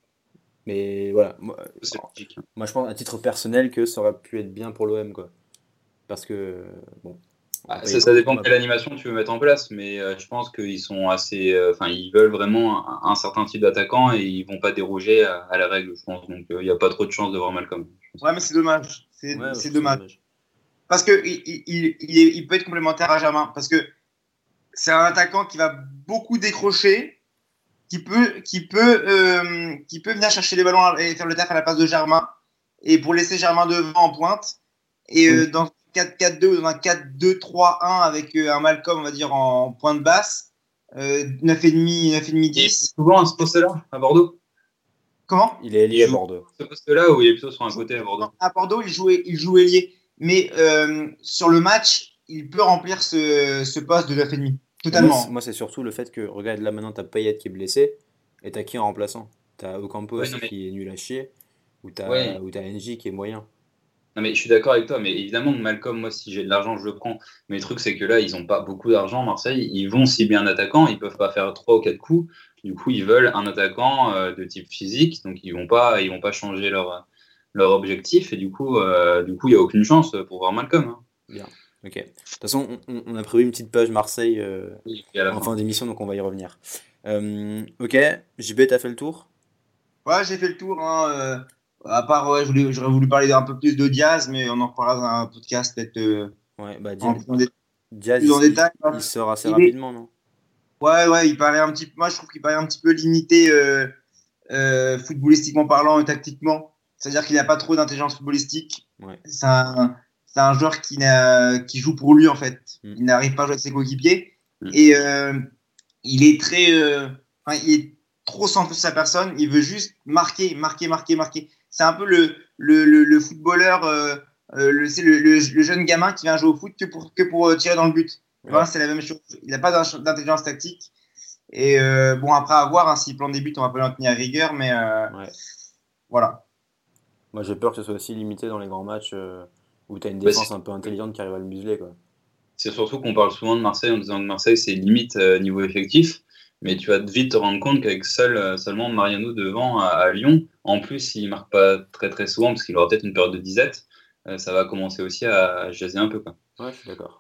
Mais voilà, moi, C'est logique. moi je pense à titre personnel que ça aurait pu être bien pour l'O M, quoi. Parce que, bon. on va Ah, pas ça, y- ça dépend on de va- quelle animation tu veux mettre en place, mais euh, je pense qu'ils sont assez. euh, Enfin, ils veulent vraiment un, un certain type d'attaquant et ils vont pas déroger à, à la règle, je pense. Donc, il n'y a pas trop de chance de voir Malcolm. Ouais, mais c'est dommage. C'est, Ouais, je c'est trouve ça dommage. Parce que il, il, il, il est- il peut être complémentaire à Germain. Parce que c'est un attaquant qui va beaucoup décrocher, qui peut, qui peut, euh, qui peut venir chercher les ballons et faire le taf à la place de Germain. Et pour laisser Germain devant en pointe. Et euh, dans quatre quatre deux ou dans un quatre deux trois un avec euh, un Malcolm, on va dire, en pointe basse, euh, neuf virgule cinq, neuf virgule Il est dix. souvent à ce poste-là, à Bordeaux. Comment? Il est Il ailier à joue Bordeaux. ce poste-là ou il est plutôt sur un côté à Bordeaux. À Bordeaux, il jouait, il jouait ailier. Mais euh, sur le match, il peut remplir ce, ce poste de neuf virgule cinq. Totalement. Moi, c'est- moi, c'est surtout le fait que, regarde, là maintenant, t'as Payet qui est blessé, et t'as qui en remplaçant? T'as Ocampos Ouais, non, mais- qui est nul à chier, ou t'as Ouais. ou t'as N J qui est moyen. Non, mais je suis d'accord avec toi, mais évidemment, Malcolm, moi, si j'ai de l'argent, je le prends. Mais le truc, c'est que là, ils n'ont pas beaucoup d'argent, Marseille. Ils vont cibler un attaquant, ils peuvent pas faire trois ou quatre coups. Du coup, ils veulent un attaquant euh, de type physique, donc ils vont pas, ils vont pas changer leur, leur objectif. Et du coup, euh, du coup, il n'y a aucune chance pour voir Malcolm. Hein. Bien, ok. De toute façon, on, on a prévu une petite page Marseille euh, Et à la en fin. fin d'émission, donc on va y revenir. Euh, ok, J B, t'as fait le tour? Ouais, j'ai fait le tour. Hein, euh, à part, ouais, je voulais- j'aurais voulu parler un peu plus de Diaz, mais on en reparlera dans un podcast peut-être euh, Ouais, bah en Diaz, plus en, dé- Diaz, plus en il, détail. il sort assez Il est- rapidement, non? Ouais, ouais, il paraît un petit, moi je trouve qu'il paraît un petit peu limité euh, euh, footballistiquement parlant et tactiquement. C'est-à-dire qu'il n'a pas trop d'intelligence footballistique. Ouais. C'est un, c'est un joueur qui, n'a, qui joue pour lui en fait. Mm. Il n'arrive pas à jouer avec ses coéquipiers. Mm. Et euh, il est très, euh, enfin, il est trop centré sur sa personne. Il veut juste marquer, marquer, marquer, marquer. C'est un peu le, le, le, le footballeur, euh, euh, le, c'est le, le, le jeune gamin qui vient jouer au foot que pour, que pour euh, tirer dans le but. Ouais. Voilà, c'est la même chose. Il n'a pas d'in- d'intelligence tactique. Et euh, bon, après, à voir, hein, s'il plante des buts, on va pas l'en tenir à rigueur, mais euh, Ouais. voilà. Moi, j'ai peur que ce soit aussi limité dans les grands matchs euh, où t'as une Bah, défense c'est- un peu intelligente qui arrive à le museler, quoi. C'est surtout qu'on parle souvent de Marseille en disant que Marseille, c'est limite euh, niveau effectif. Mais tu vas vite te rendre compte qu'avec seul, euh, seulement Mariano devant à, à Lyon, en plus, s'il ne marque pas très très souvent, parce qu'il aura peut-être une période de disette, euh, ça va commencer aussi à, à jaser un peu. Quoi. Ouais, je suis d'accord.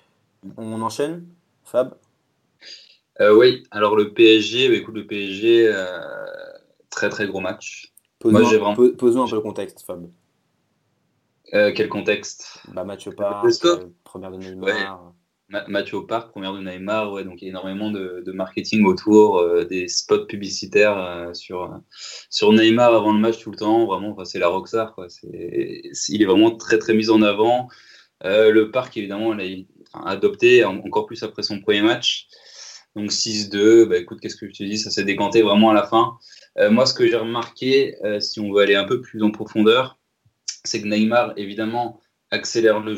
On enchaîne, Fab? Euh, oui, alors le P S G, bah, écoute, le P S G, euh, très très gros match. Posons, Moi, j'ai vraiment- po- posons un peu le contexte, Fab. Euh, quel contexte? Bah, match au parc, Le score euh, première de Neymar. Ma- Match au parc, première de Neymar, ouais, donc il y a énormément de, de marketing autour, euh, des spots publicitaires euh, sur, euh, sur Neymar avant le match tout le temps, vraiment, enfin, c'est la rockstar, quoi. C'est, c'est- il est vraiment très très mis en avant. Euh, le parc, évidemment, l'a enfin, adopté en- encore plus après son premier match. Donc six deux, bah, écoute, qu'est-ce que je te dis, ça s'est décanté vraiment à la fin. Euh, moi, ce que j'ai remarqué, euh, si on veut aller un peu plus en profondeur, c'est que Neymar, évidemment, accélère le jeu.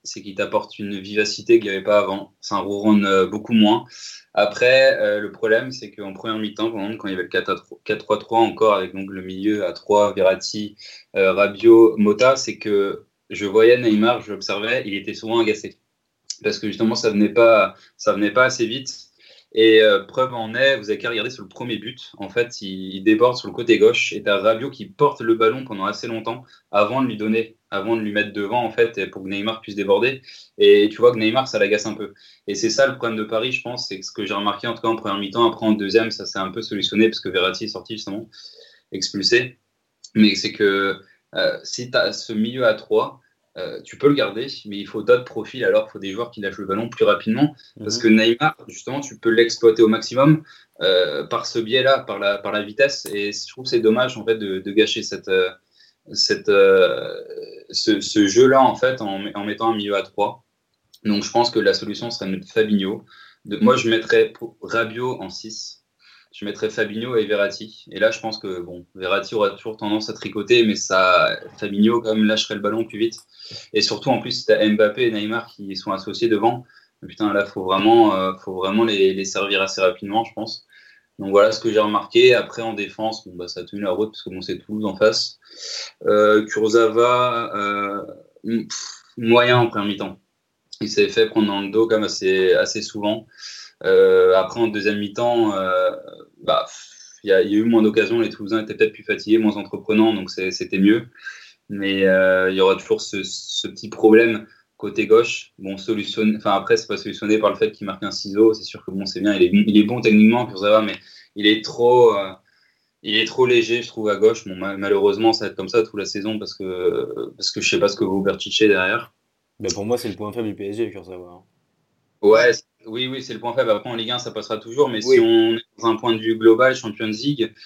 c'est qu'il t'apporte une vivacité qu'il n'y avait pas avant. Ça ronronne euh, beaucoup moins. Après, euh, le problème, c'est qu'en première mi-temps, par exemple, quand il y avait le quatre trois trois encore, avec donc le milieu à trois, Verratti, euh, Rabiot, Mota, c'est que je voyais Neymar, je l'observais, il était souvent agacé. Parce que justement, ça venait pas, ça venait pas assez vite. Et euh, preuve en est, vous avez qu'à regarder sur le premier but. En fait, il, il déborde sur le côté gauche et t'as Rabiot qui porte le ballon pendant assez longtemps avant de lui donner, avant de lui mettre devant, en fait, pour que Neymar puisse déborder. Et tu vois que Neymar, ça l'agace un peu. Et c'est ça le problème de Paris, je pense, c'est que ce que j'ai remarqué en tout cas en première mi-temps. Après, en deuxième, ça s'est un peu solutionné parce que Verratti est sorti justement, expulsé. Mais c'est que euh, si t'as ce milieu à trois, Euh, tu peux le garder, mais il faut d'autres profils. Alors, il faut des joueurs qui lâchent le ballon plus rapidement. Parce que Neymar, justement, tu peux l'exploiter au maximum euh, par ce biais-là, par la, par la vitesse. Et je trouve que c'est dommage en fait, de, de gâcher cette, euh, cette, euh, ce, ce jeu-là en, fait, en, en mettant un milieu à trois. Donc, je pense que la solution serait de mettre Fabinho. De, moi, je mettrais Rabiot en six. Je mettrais Fabinho et Verratti. Et là, je pense que bon, Verratti aura toujours tendance à tricoter, mais ça, Fabinho, quand même, lâcherait le ballon plus vite. Et surtout, en plus, si tu as Mbappé et Neymar qui sont associés devant, putain, là, il faut vraiment, euh, faut vraiment les, les servir assez rapidement, je pense. Donc voilà ce que j'ai remarqué. Après, en défense, bon, bah, ça a tenu la route parce que bon, c'est Toulouse en face. Euh, Kurzawa, euh, pff, moyen en première mi-temps. Il s'est fait prendre dans le dos quand même assez, assez souvent. Euh, après, en deuxième mi-temps, euh, bah, il y, y a eu moins d'occasions. Les Toulousains étaient peut-être plus fatigués, moins entreprenants, donc c'est, c'était mieux. Mais euh, il y aura toujours ce, ce petit problème côté gauche. Bon, solutionné. Enfin, après, c'est pas solutionné par le fait qu'il marque un ciseau. C'est sûr que bon, c'est bien. Il est, il est bon techniquement, Kurzawa, mais il est trop, euh, il est trop léger, je trouve, à gauche. Bon, malheureusement, ça va être comme ça toute la saison parce que, parce que je sais pas ce que vaut Berchiche derrière. Ben pour moi, c'est le point faible du P S G, Kurzawa. Ouais, oui, oui, c'est le point faible. Après, en Ligue un, ça passera toujours. Mais Oui. si on est dans un point de vue global, Champions League,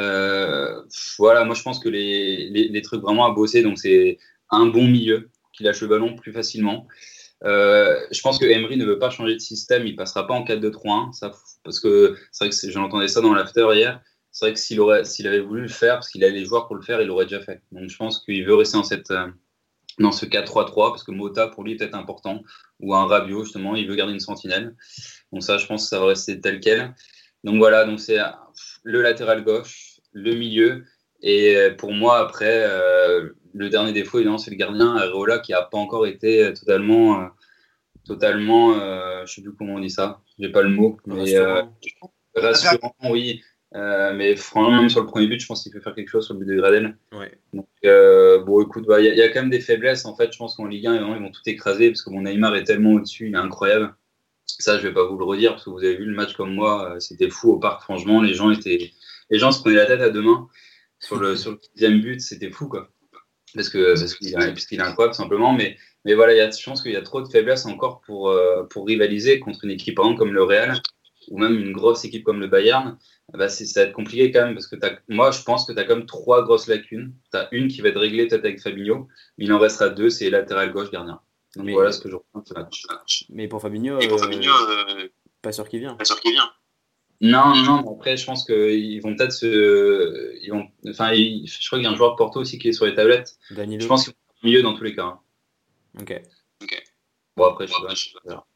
euh, voilà, moi, je pense que les, les, les trucs vraiment à bosser, donc c'est un bon milieu qui lâche le ballon plus facilement. Euh, je pense que Emery ne veut pas changer de système. Il passera pas en quatre deux trois un. Ça, parce que c'est vrai que c'est, j'en entendais ça dans l'after hier. C'est vrai que s'il, aurait, s'il avait voulu le faire, parce qu'il a les joueurs pour le faire, il l'aurait déjà fait. Donc, je pense qu'il veut rester dans cette... Euh, dans ce quatre trois trois, parce que Mota, pour lui, est peut-être important, ou un Rabiot, justement, il veut garder une sentinelle. Donc ça, je pense que ça va rester tel quel. Donc voilà, donc c'est le latéral gauche, le milieu, et pour moi, après, euh, le dernier défaut, évidemment, c'est le gardien, Areola, qui n'a pas encore été totalement, euh, totalement, euh, je ne sais plus comment on dit ça, j'ai pas le mot, mais rassurant, euh, rassurant oui. Euh, mais franchement, même sur le premier but, je pense qu'il peut faire quelque chose sur le but de Gradel. Ouais. Donc, euh, bon, écoute, il bah, y, y a quand même des faiblesses. En fait, je pense qu'en Ligue un, ils vont tout écraser parce que mon Neymar est tellement au-dessus, il est incroyable. Ça, je vais pas vous le redire parce que vous avez vu le match comme moi, c'était fou au parc. Franchement, les gens étaient, les gens se prenaient la tête à deux mains sur le sur le deuxième but, c'était fou quoi. Parce que parce qu'il, parce qu'il est incroyable simplement. Mais mais voilà, y a, je pense qu'il y a trop de faiblesses encore pour euh, pour rivaliser contre une équipe par exemple comme le Real ou même une grosse équipe comme le Bayern. Bah c'est, ça va être compliqué quand même parce que t'as, moi je pense que tu as quand même trois grosses lacunes. Tu as une qui va être réglée peut-être avec Fabinho, mais il en restera deux, c'est latéral gauche gardien. Donc mais, voilà ce que je retiens de ce match. Mais pour Fabinho, Et pour euh, Fabinho euh, pas sûr qu'il vient. Pas sûr qu'il vient. Non, non, non. Après, je pense qu'ils vont peut-être se. Ils vont... Enfin, ils... je crois qu'il y a un joueur de Porto aussi qui est sur les tablettes. Danilo. Je pense qu'ils vont au milieu dans tous les cas. Hein. Ok. Ok. Bon, après, je sais pas.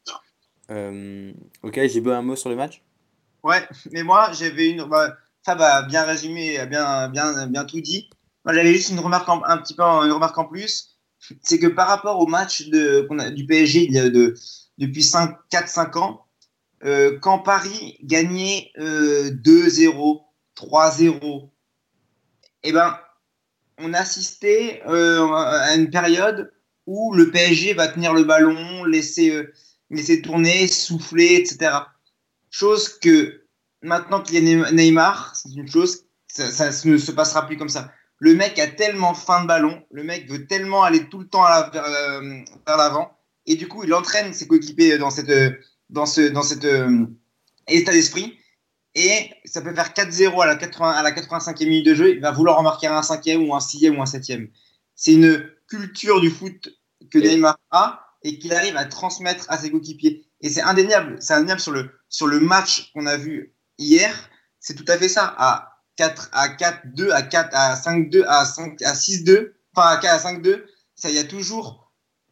Euh, ok, j'ai beau un mot sur le match. Ouais, mais moi, j'avais une. Bah, Fab a bien résumé, a bien, bien, bien tout dit. Moi, j'avais juste une remarque en, un petit peu, une remarque en plus. C'est que par rapport au match de, qu'on a, du P S G de, de, depuis quatre cinq ans, euh, quand Paris gagnait euh, deux zéro, trois zéro, eh ben, on assistait euh, à une période où le P S G va tenir le ballon, laisser, euh, laisser tourner, souffler, et cetera. Chose que maintenant qu'il y a Neymar, c'est une chose, ça, ça ne se passera plus comme ça. Le mec a tellement faim de ballon, le mec veut tellement aller tout le temps à la, vers, euh, vers l'avant, et du coup il entraîne ses coéquipiers dans cette, dans ce, dans cet euh, état d'esprit, et ça peut faire quatre zéro à la, quatre-vingts, à la quatre-vingt-cinquième minute de jeu, il va vouloir en marquer un cinquième ou un sixième ou un septième. C'est une culture du foot que Neymar a et qu'il arrive à transmettre à ses coéquipiers. Et c'est indéniable, c'est indéniable sur le, sur le match qu'on a vu hier, c'est tout à fait ça. À quatre, à quatre deux, à quatre, à cinq deux, à cinq, à six deux, enfin à cinq deux, ça, il y a toujours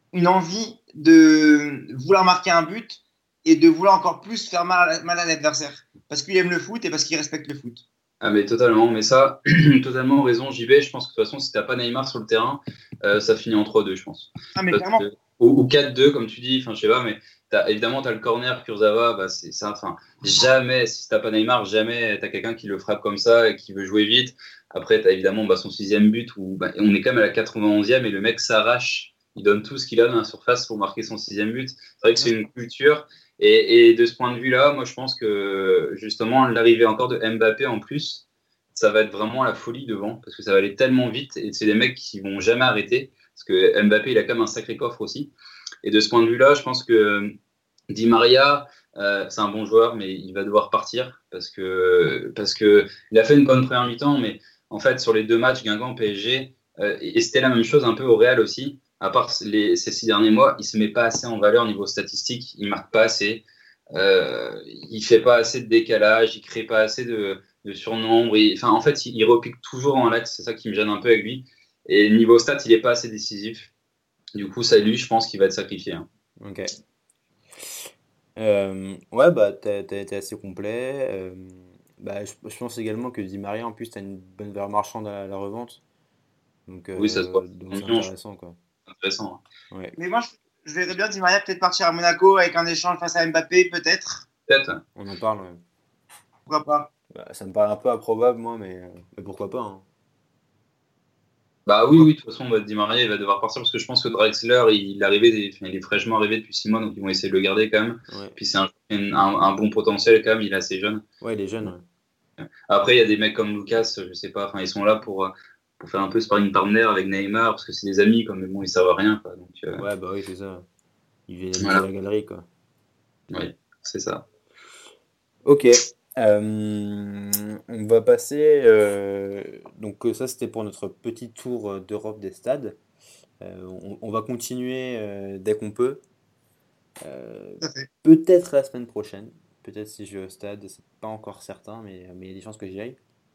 une envie de vouloir marquer un but et de vouloir encore plus faire mal, mal à l'adversaire. Parce qu'il aime le foot et parce qu'il respecte le foot. Ah mais totalement, mais ça, totalement raison J B, je pense que de toute façon si t'as pas Neymar sur le terrain, euh, ça finit en trois deux je pense. Ah mais Parce clairement. que- ou, ou quatre deux comme tu dis, enfin je sais pas, mais t'as, évidemment t'as le corner Kurzawa, bah, c'est ça, enfin jamais, si t'as pas Neymar, jamais t'as quelqu'un qui le frappe comme ça et qui veut jouer vite. Après t'as évidemment bah, son sixième but où bah, on est quand même à la quatre-vingt-onzième et le mec s'arrache, il donne tout ce qu'il a dans la surface pour marquer son sixième but. C'est vrai que c'est une culture. Et, et de ce point de vue-là, moi je pense que justement l'arrivée encore de Mbappé en plus, ça va être vraiment la folie devant, parce que ça va aller tellement vite, et c'est des mecs qui vont jamais arrêter, parce que Mbappé, il a quand même un sacré coffre aussi. Et de ce point de vue-là, je pense que Di Maria, euh, c'est un bon joueur, mais il va devoir partir, parce que, parce que il a fait une bonne première mi-temps, mais en fait, sur les deux matchs, Guingamp-P S G, euh, et c'était la même chose un peu au Real aussi, à part les, ces six derniers mois, il se met pas assez en valeur au niveau statistique, il marque pas assez, euh, il fait pas assez de décalage, il crée pas assez de de surnombre. Et, enfin, en fait, il, il repique toujours en l'axe. C'est ça qui me gêne un peu avec lui. Et niveau stats, il n'est pas assez décisif. Du coup, ça, lui, je pense qu'il va être sacrifié. Hein. Ok. Euh, ouais, bah, t'as, t'as été assez complet. Euh, bah, je, je pense également que Di Maria, en plus, t'as une bonne valeur marchande à la revente. Donc, Oui, ça se voit. euh, donc C'est c'est mignon, intéressant, quoi. c'est intéressant. Hein. Ouais. Mais moi, je, je verrais bien Di Maria peut-être partir à Monaco avec un échange face à Mbappé, peut-être. Peut-être. On en parle, ouais. Pourquoi pas? Bah, ça me paraît un peu improbable, moi, mais, euh, mais pourquoi pas, hein. Bah oui, oui, de toute façon, bah, Di Maria, il va devoir partir parce que je pense que Draxler, il, il est arrivé des- enfin, il est fraîchement arrivé depuis six mois, donc ils vont essayer de le garder quand même. Ouais. Puis c'est un, un, un bon potentiel quand même, il est assez jeune. Ouais, il est jeune, ouais. Après, il y a des mecs comme Lucas, je sais pas, enfin, ils sont là pour, pour faire un peu sparring partner avec Neymar parce que c'est des amis, quoi, mais bon, ils servent à rien, quoi. Donc, euh, Ouais, bah oui, c'est ça. Il vient amuser voilà. la galerie, quoi. Oui, c'est ça. Ok. Euh, on va passer. Euh, donc, euh, ça, c'était pour notre petit tour euh, d'Europe des stades. Euh, on, on va continuer euh, dès qu'on peut. Euh, Tout à fait. peut-être la semaine prochaine. Peut-être si je vais au stade, c'est pas encore certain, mais mais il y a des chances que j'y aille.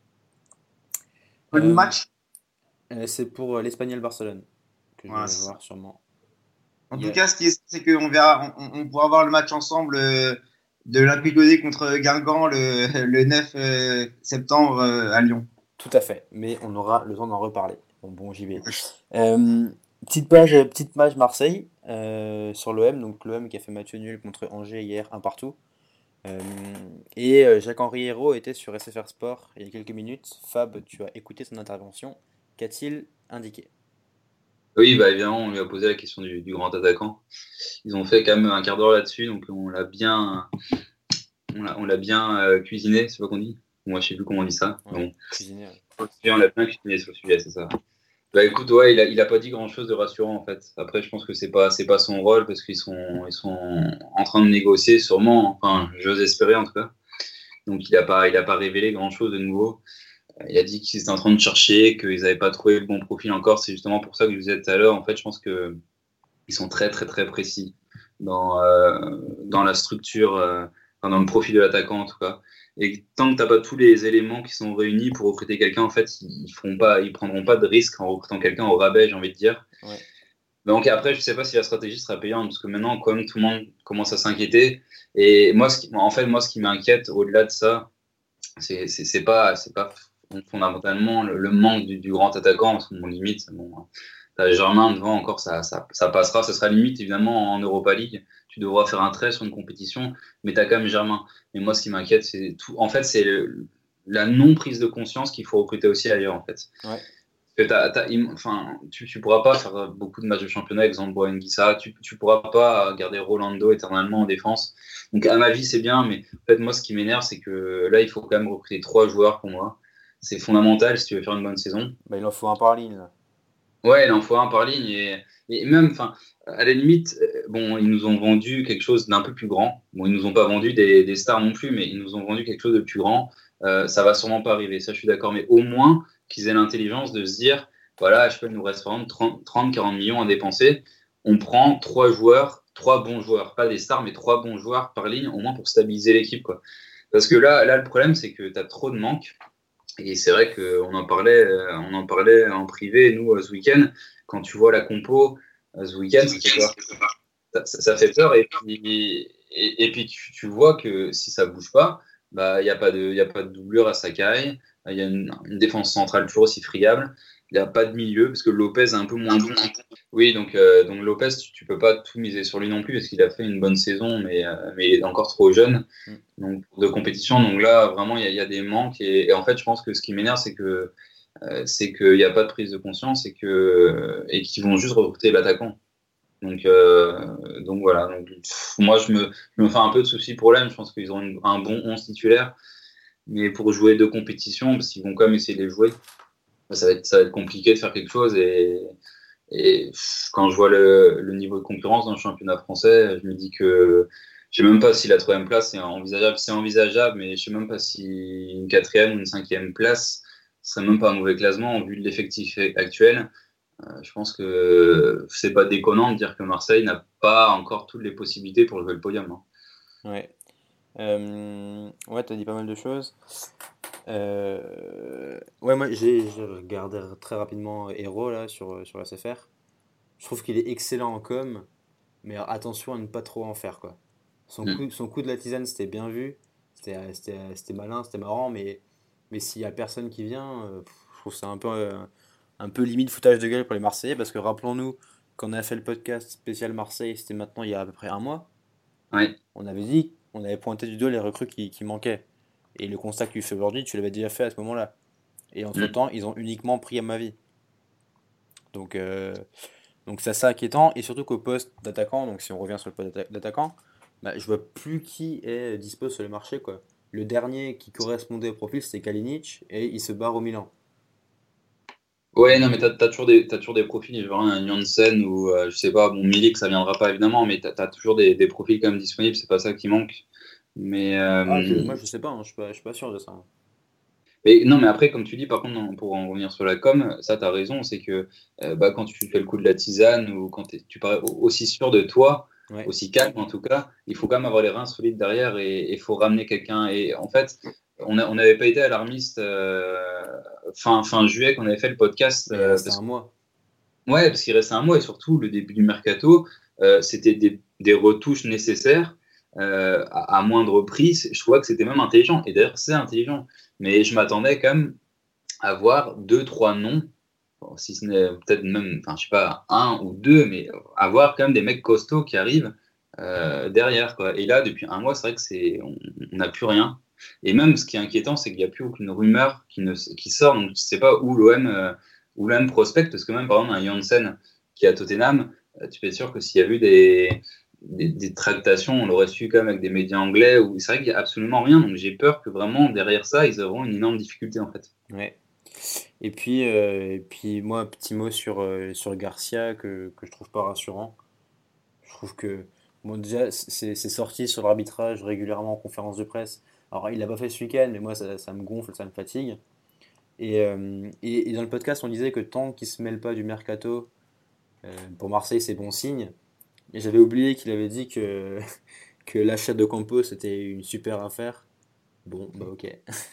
Le Euh, match. euh, c'est pour euh, l'Espagnol Barcelone que je Voilà, vais c'est ça. voir sûrement. En Yeah. tout cas, ce qui est, c'est qu'on verra, on, on pourra voir le match ensemble euh, de l'Olympique Lyonnais contre Guingamp le, le neuf euh, septembre euh, à Lyon. Tout à fait, mais on aura le temps d'en reparler. Bon, bon j'y vais. Euh, petite page, petite match Marseille euh, sur l'O M, donc l'O M qui a fait match nul contre Angers hier, un partout. Euh, et euh, Jacques-Henri Hérault était sur S F R Sport il y a quelques minutes. Fab, tu as écouté son intervention. Qu'a-t-il indiqué? Oui, bah évidemment, on lui a posé la question du, du grand attaquant. Ils ont fait quand même un quart d'heure là-dessus, donc on l'a bien, on l'a, on l'a bien euh, cuisiné, c'est pas qu'on dit. Moi, je sais plus comment on dit ça. Ouais, Bon, cuisinier, ouais. on l'a bien cuisiné sur le sujet, c'est ça. Bah écoute, ouais, il a, il a pas dit grand-chose de rassurant en fait. Après, je pense que c'est pas, c'est pas son rôle parce qu'ils sont, ils sont en train de négocier sûrement. Enfin, j'ose espérer en tout cas. Donc il a pas, il a pas révélé grand-chose de nouveau. Il a dit qu'ils étaient en train de chercher, qu'ils n'avaient pas trouvé le bon profil encore. C'est justement pour ça que je vous disais tout à l'heure. En fait, je pense que ils sont très très très précis dans euh, dans la structure, euh, enfin, dans le profil de l'attaquant en tout cas. Et tant que t'as pas tous les éléments qui sont réunis pour recruter quelqu'un, en fait, ils feront pas, ils prendront pas de risque en recrutant quelqu'un au rabais, j'ai envie de dire. Ouais. Donc après, je sais pas si la stratégie sera payante parce que maintenant, quand même, tout le monde commence à s'inquiéter. Et moi, ce qui, en fait, moi, ce qui m'inquiète au-delà de ça, c'est c'est c'est pas c'est pas fondamentalement le, le manque du, du grand attaquant, parce que mon limite, bon, t'as Germain devant encore, ça, ça, ça passera, ça sera limite évidemment en Europa League, tu devras faire un trait sur une compétition, mais t'as quand même Germain. Mais moi, ce qui m'inquiète, c'est tout, en fait, c'est le, la non prise de conscience qu'il faut recruter aussi ailleurs, en fait. Ouais. Que t'as, t'as, enfin, tu, tu pourras pas faire beaucoup de matchs de championnat avec Zambo Nguissa, tu, tu pourras pas garder Rolando éternellement en défense. Donc, à ma vie, c'est bien, mais en fait, moi, ce qui m'énerve, c'est que là, il faut quand même recruter trois joueurs pour moi. C'est fondamental si tu veux faire une bonne saison. Bah, il en faut un par ligne, là. Ouais, il en faut un par ligne. Et, et même, enfin, à la limite, bon, ils nous ont vendu quelque chose d'un peu plus grand. Bon, ils nous ont pas vendu des, des stars non plus, mais ils nous ont vendu quelque chose de plus grand. Euh, ça va sûrement pas arriver, ça je suis d'accord. Mais au moins qu'ils aient l'intelligence de se dire, voilà, je peux nous reste trente à quarante millions à dépenser. On prend trois joueurs, trois bons joueurs, pas des stars, mais trois bons joueurs par ligne, au moins pour stabiliser l'équipe, quoi. Parce que là, là, le problème, c'est que tu as trop de manques. Et c'est vrai qu'on en parlait, on en parlait en privé, nous, ce week-end, quand tu vois la compo, euh, ce week-end, ça fait peur. Ça, ça, ça fait peur et puis, et, et puis tu, tu vois que si ça bouge pas, bah il y a pas de, il y a pas de doublure à Sakai, il y a une, une défense centrale toujours aussi friable. Il n'y a pas de milieu parce que Lopez est un peu moins bon. Oui, donc, euh, donc Lopez, tu, tu peux pas tout miser sur lui non plus parce qu'il a fait une bonne saison, mais, euh, mais il est encore trop jeune donc, de compétition. Donc là, vraiment, il y, y a des manques. Et, et en fait, je pense que ce qui m'énerve, c'est que euh, c'est qu'il n'y a pas de prise de conscience et, que, et qu'ils vont juste recruter l'attaquant. Donc, euh, donc voilà. Donc, pff, moi, je me, je me fais un peu de soucis pour l'A M. Je pense qu'ils ont une, un bon onze titulaire, mais pour jouer deux compétitions, parce qu'ils vont quand même essayer de les jouer. Ça va, être, ça va être compliqué de faire quelque chose et, et quand je vois le, le niveau de concurrence dans le championnat français, je me dis que je ne sais même pas si la troisième place c'est envisageable, c'est envisageable, mais je ne sais même pas si une quatrième ou une cinquième place ce serait même pas un mauvais classement vu de l'effectif actuel. Euh, je pense que c'est pas déconnant de dire que Marseille n'a pas encore toutes les possibilités pour jouer le podium. Hein. Ouais. Euh, ouais, t'as dit pas mal de choses. Euh, ouais, moi j'ai j'ai regardé très rapidement Hero là sur, sur S F R. Je trouve qu'il est excellent en com, mais attention à ne pas trop en faire quoi. Son Mm. coup, son coup de la tisane c'était bien vu, c'était, c'était, c'était malin, c'était marrant, mais, mais s'il y a personne qui vient, euh, pff, je trouve que c'est un peu, euh, un peu limite foutage de gueule pour les Marseillais parce que rappelons-nous, quand on a fait le podcast spécial Marseille, c'était maintenant il y a à peu près un mois. Ouais. On avait dit, on avait pointé du doigt les recrues qui, qui manquaient. Et le constat que tu fais aujourd'hui, tu l'avais déjà fait à ce moment-là. Et entre-temps, ils ont uniquement pris à ma vie. Donc, euh, donc c'est assez inquiétant. Et surtout qu'au poste d'attaquant, donc si on revient sur le poste d'attaquant, bah, je vois plus qui est dispo sur le marché, quoi. Le dernier qui correspondait au profil, c'était Kalinic, et il se barre au Milan. Ouais, non, mais t'as, t'as toujours des, t'as toujours des profils, genre un Janssen ou euh, je sais pas, bon, Milik, ça viendra pas évidemment, mais t'as, t'as toujours des, des profils quand même disponibles, c'est pas ça qui manque. Mais, euh, Ah, je, moi je sais pas, hein, je suis pas, je suis pas sûr de ça. hein. mais non, mais après, comme tu dis, par contre, non, pour en revenir sur la com, ça, t'as raison, c'est que euh, bah, quand tu fais le coup de la tisane ou quand t'es- tu parais au- aussi sûr de toi, Ouais. aussi calme en tout cas, il faut quand même avoir les reins solides derrière et il faut ramener quelqu'un. Et en fait, on a- on n'avait pas été alarmiste euh, fin, fin juillet quand on avait fait le podcast. Mais euh, c'est parce un mois. Ouais, parce qu'il restait un mois et surtout le début du mercato, euh, c'était des, des retouches nécessaires euh, à, à moindre prix. Je trouvais que c'était même intelligent. Et d'ailleurs, c'est intelligent. Mais je m'attendais quand même à voir deux, trois noms, bon, si ce n'est peut-être même, enfin, je sais pas, un ou deux, mais avoir quand même des mecs costauds qui arrivent euh, derrière, quoi. Et là, depuis un mois, c'est vrai que c'est, on on n'a plus rien. Et même, ce qui est inquiétant, c'est qu'il n'y a plus aucune rumeur qui, ne, qui sort. Donc, je ne sais pas où l'O M euh, ou l'O M prospecte, parce que même par exemple un Janssen qui est à Tottenham, euh, tu peux être sûr que s'il y a eu des, des, des tractations, on l'aurait su quand même avec des médias anglais, où c'est vrai qu'il n'y a absolument rien, donc j'ai peur que vraiment derrière ça, ils auront une énorme difficulté en fait. Ouais. Et puis, euh, et puis moi, un petit mot sur, euh, sur Garcia que, que je trouve pas rassurant. Je trouve que, bon, déjà, c'est c'est sorti sur l'arbitrage régulièrement en conférence de presse. Alors, il l'a pas fait ce week-end, mais moi, ça, ça me gonfle, ça me fatigue. Et, euh, et, et dans le podcast, on disait que tant qu'il se mêle pas du mercato, euh, pour Marseille, c'est bon signe. Et j'avais oublié qu'il avait dit que, que l'achat de Campos, c'était une super affaire. Bon, bah ok.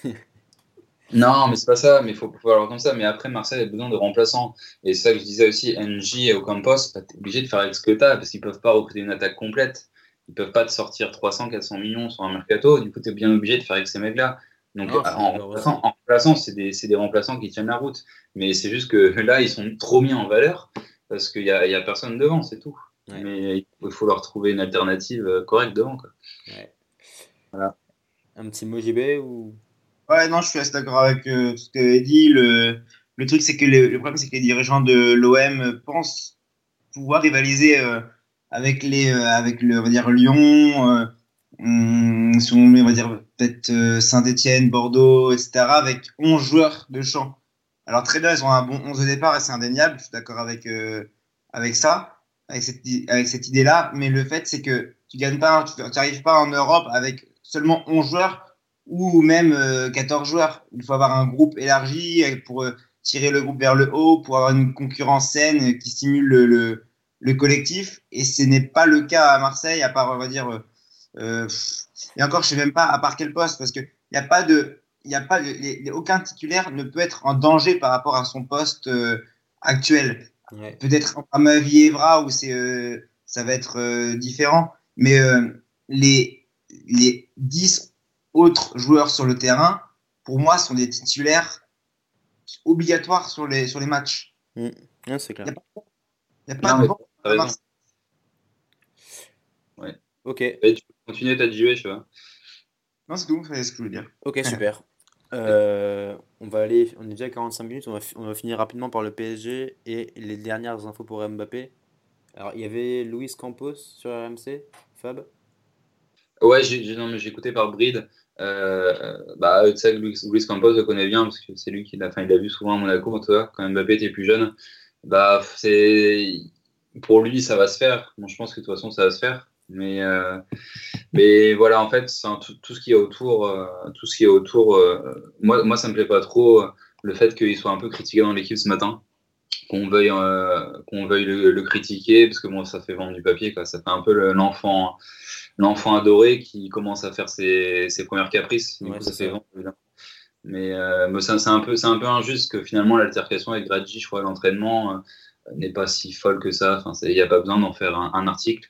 Non, mais c'est pas ça, mais il faut, faut avoir comme ça. Mais après, Marseille a besoin de remplaçants. Et c'est ça que je disais aussi, N J et Ocampos, bah, t'es obligé de faire avec ce que t'as, parce qu'ils peuvent pas recruter une attaque complète. Ils peuvent pas te sortir trois cents, quatre cents millions sur un mercato. Du coup, t'es bien obligé de faire avec ces mecs-là. Donc, Non, je suis en d'accord aussi. remplaçant, en remplaçant, c'est des, c'est des remplaçants qui tiennent la route. Mais c'est juste que là, ils sont trop mis en valeur, parce qu'il y a, il y a personne devant, c'est tout. Ouais, Mais il faut leur trouver une alternative euh, correcte devant, quoi. ouais. Voilà. Un petit mot J B ou... Ouais, non, je suis assez d'accord avec euh, tout ce que tu avais dit. Le, le truc, c'est que le, le problème, c'est que les dirigeants de l'O M pensent pouvoir rivaliser euh, avec les, euh, avec le, on va dire Lyon, euh, hum, si on met, on va dire peut-être euh, Saint-Étienne, Bordeaux, et cetera, avec onze joueurs de champ. Alors très bien, ils ont un bon onze de départ et c'est indéniable. Je suis d'accord avec euh, avec ça, avec cette, i- avec cette idée-là. Mais le fait, c'est que tu gagnes pas, tu n'arrives pas en Europe avec seulement onze joueurs ou même euh, quatorze joueurs. Il faut avoir un groupe élargi euh, pour euh, tirer le groupe vers le haut, pour avoir une concurrence saine euh, qui stimule le, le, le collectif. Et ce n'est pas le cas à Marseille, à part, on va dire, euh, euh, et encore, je sais même pas à part quel poste, parce que il n'y a pas de, il y a pas de, les- les- aucun titulaire ne peut être en danger par rapport à son poste euh, actuel. Ouais. Peut-être à ma vie Evra où c'est, euh, ça va être euh, différent. Mais euh, les, les dix autres joueurs sur le terrain, pour moi, sont des titulaires obligatoires sur les, sur les matchs. Mm. Ouais, c'est Il clair. n'y a pas, y a pas Non, de mais banc t'as à raison. Marseille. Ouais. Ok, Et tu peux continuer ta J V, je vois. Non, c'est tout, c'est ce que je veux dire. ok, super. Euh, on va aller, on est déjà à quarante-cinq minutes, on va, fi- on va finir rapidement par le P S G et les dernières infos pour Mbappé. Alors, il y avait Luis Campos sur R M C, Fab. Ouais, j'ai j'ai- non, mais j'ai écouté par bride. Euh, bah, tu sais, Luis, Luis Campos, je le connais bien parce que c'est lui qui l'a, enfin, il l'a vu souvent à Monaco, toi, quand Mbappé était plus jeune. Bah, c'est, pour lui, ça va se faire. Bon, je pense que de toute façon, ça va se faire. Mais, euh, mais voilà, en fait, c'est un- tout, tout ce qui est autour, euh, tout ce qui est autour, euh, moi, moi, ça me plaît pas trop euh, le fait qu'il soit un peu critiqué dans l'équipe ce matin. Qu'on veuille, euh, qu'on veuille le, le critiquer, parce que bon, ça fait vendre du papier, quoi. Ça fait un peu le- l'enfant, l'enfant adoré qui commence à faire ses, ses premières caprices. Du Ouais, coup, c'est ça fait ça. vendre, évidemment. Mais, euh, mais ça, c'est un peu, c'est un peu injuste que finalement l'altercation avec Gradji, je crois, à l'entraînement, euh, n'est pas si folle que ça. Enfin, il n'y a pas besoin d'en faire un, un article.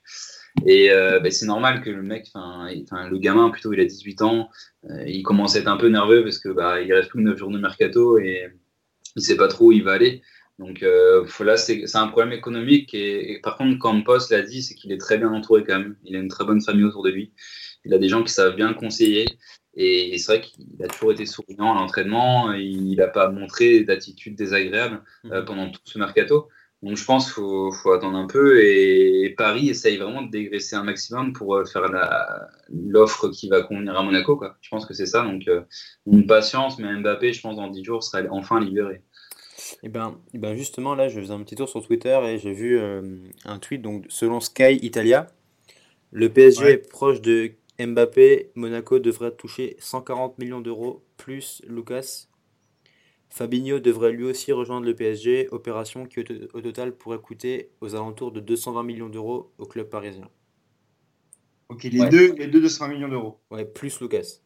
Et euh, ben, c'est normal que le mec, enfin, il- enfin, le gamin, plutôt, il a dix-huit ans, euh, il commence à être un peu nerveux parce que bah, il reste plus que neuf jours de mercato et il sait pas trop où il va aller. Donc euh, faut- là, c'est c'est un problème économique. Et, et par contre, Campos l'a dit, c'est qu'il est très bien entouré quand même. Il a une très bonne famille autour de lui. Il a des gens qui savent bien le conseiller. Et c'est vrai qu'il a toujours été souriant à l'entraînement. Il n'a pas montré d'attitude désagréable euh, Mhm. pendant tout ce mercato. Donc je pense qu'il faut, faut attendre un peu. Et Paris essaye vraiment de dégraisser un maximum pour euh, faire la- l'offre qui va convenir à Monaco, quoi. Je pense que c'est ça. Donc euh, une patience, mais Mbappé, je pense, dans dix jours, sera enfin libéré. Et ben, et ben justement, là, je faisais un petit tour sur Twitter et j'ai vu euh, un tweet. Donc, selon Sky Italia, le P S G est Ouais. proche de Mbappé. Monaco devrait toucher cent quarante millions d'euros plus Lucas. Fabinho devrait lui aussi rejoindre le P S G, opération qui au, to- au total pourrait coûter aux alentours de deux cent vingt millions d'euros au club parisien. Ok, les Ouais. deux, les deux de cent vingt millions d'euros. Ouais, plus Lucas.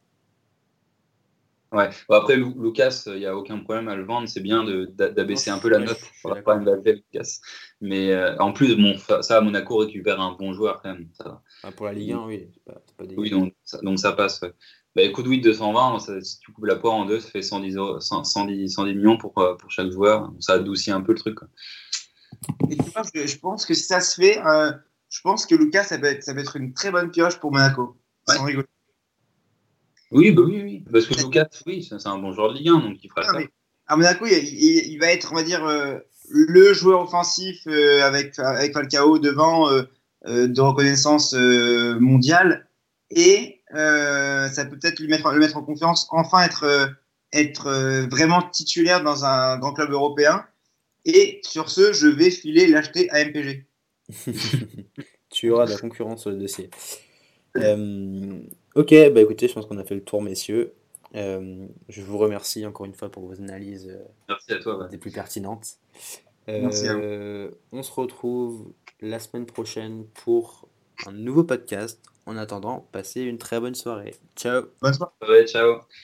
Ouais. Bon, après, Lou- Lucas, il n'y a aucun problème à le vendre. C'est bien de- d'a- Non, d'abaisser un peu je, la ouais, je note suis par rapport à d'accord. Mbappé, Lucas. Mais euh, en plus, bon, fa- ça, Monaco récupère un bon joueur quand même. Ça va. Ah, pour la Ligue Donc, un, oui, c'est pas, c'est pas oui, dégueu. donc ça, donc ça passe. Ouais. Bah, écoute, oui, deux cent vingt, ça, si tu coupes la poire en deux, ça fait cent dix, euros- cent, cent dix, cent dix millions pour, euh, pour chaque joueur. Ça adoucit un peu le truc, quoi. Et tu vois, je, je pense que si ça se fait, euh, je pense que Lucas, ça peut être, ça peut être une très bonne pioche pour Monaco. Ouais. Sans rigoler. Oui, bah oui, oui. Parce que Lucas, oui, c'est c'est un bon joueur de Ligue un, donc il fera Non, ça. mais à Monaco, il, il- il va être, on va dire, euh, le joueur offensif euh, avec, avec Falcao devant euh, euh, de reconnaissance euh, mondiale. Et euh, ça peut peut-être lui mettre, le mettre en confiance, enfin être, euh, être euh, vraiment titulaire dans un grand club européen. Et sur ce, je vais filer l'acheter à M P G. Tu auras de la concurrence sur le dossier. Euh, ok, bah écoutez, je pense qu'on a fait le tour, messieurs. Euh, je vous remercie encore une fois pour vos analyses euh, Merci à toi. Ouais. des plus pertinentes. Merci à vous. Euh, on se retrouve la semaine prochaine pour un nouveau podcast. En attendant, passez une très bonne soirée. Ciao! Bonne soirée. Ouais, ciao.